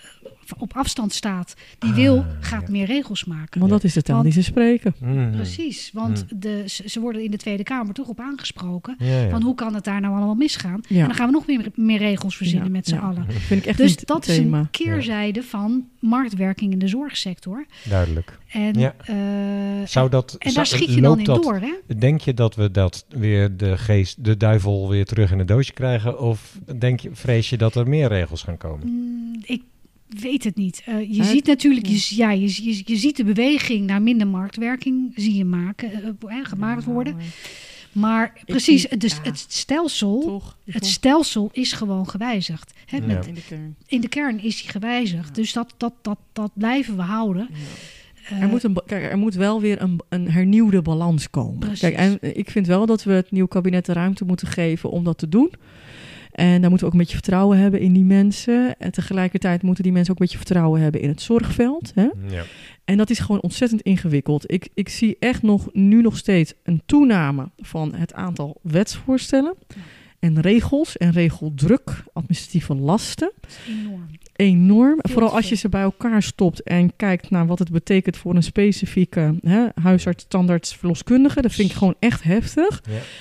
op afstand staat, die Ah, wil, gaat ja. meer regels maken. Want dat is de taal Want- die ze spreken. Mm. Precies, want Mm. de, ze ze worden in de Tweede Kamer toch op aangesproken. Ja, ja. Van hoe kan het daar nou allemaal misgaan? Ja. En dan gaan we nog meer, meer regels verzinnen Ja, met z'n ja. allen. Vind ik echt Dus een dat is thema. een keerzijde van marktwerking in de zorgsector. Duidelijk. En, Ja. eh, Zou dat, en zou- daar schiet je dan loopt in dat, door, hè? Denk je dat we dat weer de geest, de duivel weer terug in het doosje krijgen? Of denk je, vrees je dat er meer regels gaan komen? Mm, ik weet het niet. Eh, je Uit- ziet natuurlijk, ja. je, ja, je, je, je ziet de beweging naar minder marktwerking, zie je maken, eh, eh, gemaakt worden. Maar precies, zie- het, dus ja. het stelsel, Toch? het stelsel is gewoon gewijzigd. Hè, Ja. met, In de kern. in de kern is die gewijzigd. Ja. Dus dat, dat, dat, dat blijven we houden. Ja. Eh, Er moet, een, ba- kijk, er moet wel weer een, een hernieuwde balans komen. Precies. Kijk, en ik vind wel dat we het nieuwe kabinet de ruimte moeten geven om dat te doen. En daar moeten we ook een beetje vertrouwen hebben in die mensen. En tegelijkertijd moeten die mensen ook een beetje vertrouwen hebben in het zorgveld. Hè? Ja. En dat is gewoon ontzettend ingewikkeld. Ik, ik zie echt nog, nu nog steeds een toename van het aantal wetsvoorstellen. Ja. En regels en regeldruk, administratieve lasten. dat is enorm. Enorm. Veel Vooral te als je veel. ze bij elkaar stopt en kijkt naar wat het betekent voor een specifieke hè, huisarts, standaards, verloskundige. Dat vind ik gewoon echt heftig.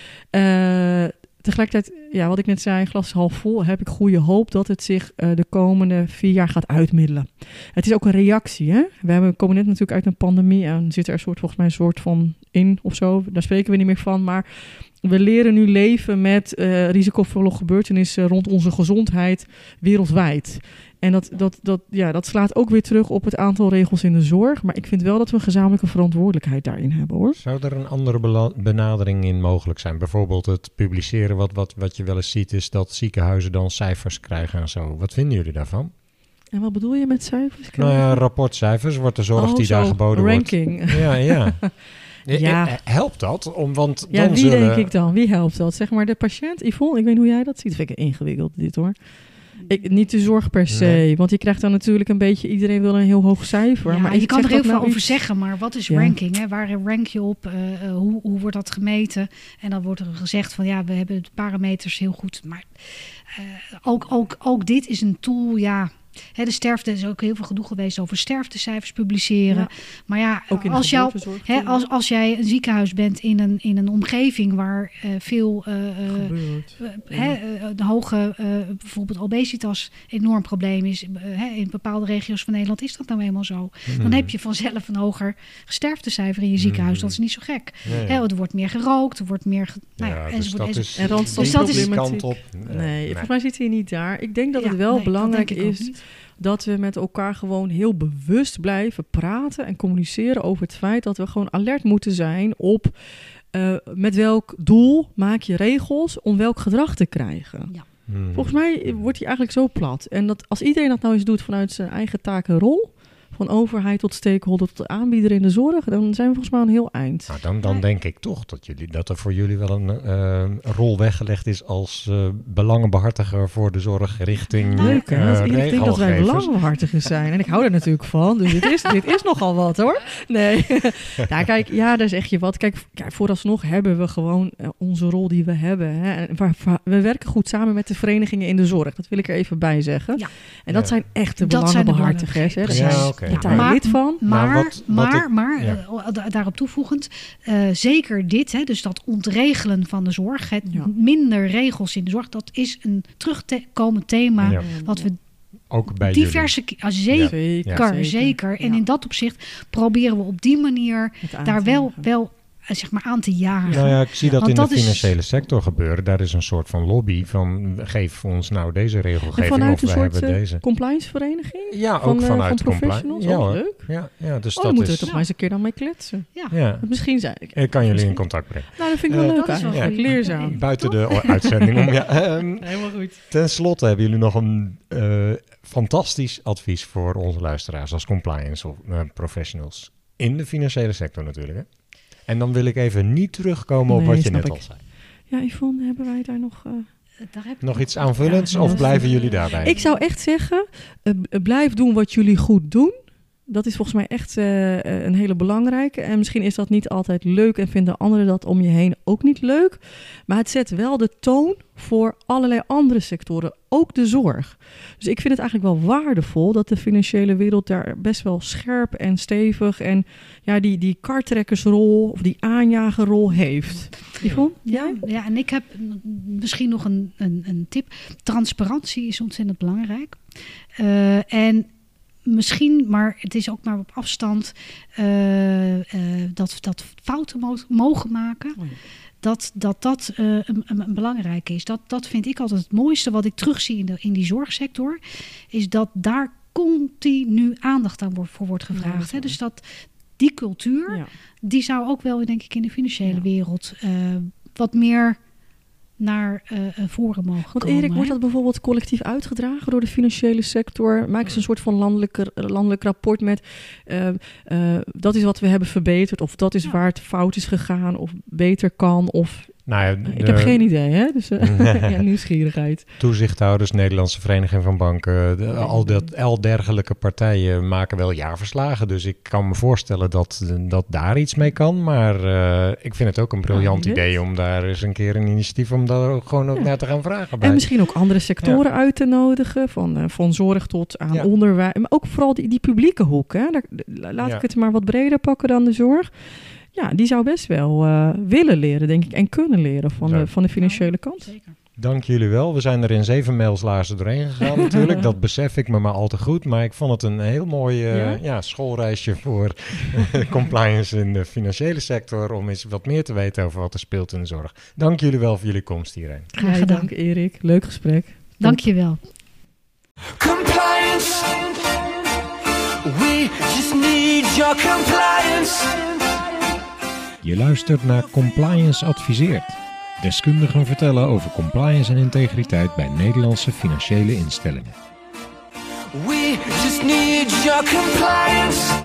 Ja. Eh, tegelijkertijd, ja, wat ik net zei, glas is half vol, heb ik goede hoop dat het zich eh, de komende vier jaar gaat uitmiddelen. Het is ook een reactie, hè. We hebben, komen net natuurlijk uit een pandemie en zit er een soort, volgens mij een soort van in of zo. Daar spreken we niet meer van, maar we leren nu leven met eh risicovolle gebeurtenissen rond onze gezondheid wereldwijd. En dat, dat, dat, ja, dat slaat ook weer terug op het aantal regels in de zorg. Maar ik vind wel dat we een gezamenlijke verantwoordelijkheid daarin hebben, hoor. Zou er een andere bela- benadering in mogelijk zijn? Bijvoorbeeld het publiceren, wat, wat, wat je wel eens ziet, is dat ziekenhuizen dan cijfers krijgen en zo. Wat vinden jullie daarvan? En wat bedoel je met cijfers? Nou ja, rapportcijfers, wordt de zorg Oh, die daar zo, geboden ranking. wordt. Ja, ja. Ja. Eh, Helpt dat? Om, want Ja, dan wie zullen... denk ik dan? Wie helpt dat? Zeg maar de patiënt, Yvonne, ik weet niet hoe jij dat ziet. Vind ik ingewikkeld dit, hoor. Ik, niet de zorg per se, Nee. want je krijgt dan natuurlijk een beetje, iedereen wil een heel hoog cijfer. Ja, maar je ik kan er zeg heel dat veel nou over iets- zeggen, maar wat is Ja. ranking? Hè? Waar rank je op? Uh, uh, hoe, hoe wordt dat gemeten? En dan wordt er gezegd van ja, we hebben de parameters heel goed. Maar uh, ook, ook, ook dit is een tool, ja. Hè, de sterfte is ook heel veel gedoe geweest over sterftecijfers publiceren. Ja. Maar ja, Ook in de als, jou, geboortezorg hè, als, als jij een ziekenhuis bent in een, in een omgeving waar uh, veel uh, uh, gebeurt. Uh, Ja. hè, uh, de hoge, uh, bijvoorbeeld obesitas, een enorm probleem is. Uh, hè, in bepaalde regio's van Nederland is dat nou eenmaal zo. Hmm. Dan heb je vanzelf een hoger sterftecijfer in je ziekenhuis. Dat is niet zo gek. Ja, ja. Hè, er wordt meer gerookt, er wordt meer... Ge- nou ja, Ja, dus enzovoort, dat enzovoort. is En randstad Dus dat is- die kant problematiek. op. Nee, Nee, volgens mij zit hij niet daar. Ik denk dat Ja, het wel nee, dat belangrijk denk ik ook is niet. dat we met elkaar gewoon heel bewust blijven praten en communiceren over het feit dat we gewoon alert moeten zijn op uh, met welk doel maak je regels om welk gedrag te krijgen. Ja. Hmm. Volgens mij wordt die eigenlijk zo plat. En dat als iedereen dat nou eens doet vanuit zijn eigen taak en rol, van overheid tot stakeholder tot aanbieder in de zorg, dan zijn we volgens mij een heel eind. Nou, dan, dan denk ik toch dat, jullie, dat er voor jullie wel een uh, rol weggelegd is als uh, belangenbehartiger voor de zorg richting Leuk, hè? uh, Dat iedereen denkt dat wij regelgevers. belangenbehartigers zijn. En ik hou er natuurlijk van. Dus dit is, dit is nogal wat, hoor. Nee. Nou, kijk, ja, daar zeg je wat. Kijk, kijk vooralsnog hebben we gewoon uh, onze rol die we hebben. Hè. En waar, waar, we werken goed samen met de verenigingen in de zorg. Dat wil ik er even bij zeggen. Ja. En dat Ja. zijn echte Dat zijn de belangenbehartigers. Hè. Daar belangenbehartigers. zijn Ja, oké. we daar Maar- lid van. Maar, Nou, wat- wat maar, ik- maar ja. uh, da- daarop toevoegend, uh, zeker dit, hè, dus dat ontregelen van de zorg, het Ja. minder regels in de zorg, dat is een terugkomend thema Ja. wat we Ook bij diverse ke- ah, zeker, Zeker. zeker. En Ja. in dat opzicht proberen we op die manier Het aan daar te wel, jagen. wel uh, zeg maar aan te jagen. jullie. Nou ja, ik zie dat Want in dat de is- financiële sector gebeuren. Daar is een soort van lobby van geef ons nou deze En regelgeving vanuit of een we soort hebben uh, deze. compliance-vereniging? Ja, van, ook uh, vanuit van compliance. professionals? Ja, Oh, hoor. leuk. Ja, ja, dus Oh, dat dan moeten is... we toch maar eens een keer dan mee kletsen. Ja. Ja, Misschien zijn ik. ik kan jullie in Misschien. contact brengen. Nou, dat vind ik wel Eh, leuk dat is wel eigenlijk. goed. Leerzaam. Buiten de o- uitzending om. Ja, ehm, Helemaal goed. ten slotte hebben jullie nog een uh, fantastisch advies voor onze luisteraars als compliance of, uh, professionals. In de financiële sector natuurlijk. Hè? En dan wil ik even niet terugkomen op Nee, wat je snap net ik. al zei. Ja, Yvonne, hebben wij daar nog... Uh... Daar heb ik Nog iets aanvullends Ja, of ja. blijven jullie daarbij? Ik zou echt zeggen, uh, b- blijf doen wat jullie goed doen. Dat is volgens mij echt uh, een hele belangrijke. En misschien is dat niet altijd leuk en vinden anderen dat om je heen ook niet leuk. Maar het zet wel de toon voor allerlei andere sectoren, ook de zorg. Dus ik vind het eigenlijk wel waardevol dat de financiële wereld daar best wel scherp en stevig en ja, die, die kartrekkersrol of die aanjagerrol heeft. Yvonne? Ja, ja, en ik heb misschien nog een, een, een tip. Transparantie is ontzettend belangrijk. Uh, en misschien, maar het is ook maar op afstand, uh, uh, dat, dat fouten mo- mogen maken. Oh ja. Dat dat, dat uh, een, een belangrijk is. Dat, dat vind ik altijd het mooiste wat ik terugzie in, de, in die zorgsector. Is dat daar continu aandacht aan wordt, voor wordt gevraagd. Ja, hè? Dus dat die cultuur, ja. die zou ook wel, denk ik, in de financiële ja. wereld uh, wat meer naar uh, voren mogen Want komen. Erik, wordt dat bijvoorbeeld collectief uitgedragen door de financiële sector? Maken ze een soort van landelijk, landelijk rapport met uh, uh, dat is wat we hebben verbeterd, of dat is ja. waar het fout is gegaan, of beter kan, of... Nou ja, de, ik heb geen idee, hè? Dus uh, ja, nieuwsgierigheid. Toezichthouders, Nederlandse Vereniging van Banken, de, al, dat, al dergelijke partijen maken wel jaarverslagen. Dus ik kan me voorstellen dat, dat daar iets mee kan. Maar uh, ik vind het ook een briljant ja, idee om daar eens een keer een initiatief om daar ook gewoon ook ja. naar te gaan vragen. Bij. En misschien ook andere sectoren ja. uit te nodigen, van, uh, van zorg tot aan ja. onderwijs. Maar ook vooral die, die publieke hoek. Hè? Daar, laat ja. ik het maar wat breder pakken dan de zorg. Ja, die zou best wel uh, willen leren, denk ik, en kunnen leren van, de, van de financiële kant. Zeker. Dank jullie wel. We zijn er in zeven mailslaarzen doorheen gegaan natuurlijk. Dat besef ik me maar al te goed. Maar ik vond het een heel mooi uh, ja? Ja, schoolreisje voor compliance in de financiële sector. Om eens wat meer te weten over wat er speelt in de zorg. Dank jullie wel voor jullie komst hierheen. Graag gedaan. Dank Erik. Leuk gesprek. Dank je wel. Compliance. We just need your compliance. Je luistert naar Compliance Adviseert. Deskundigen vertellen over compliance en integriteit bij Nederlandse financiële instellingen. We just need your compliance.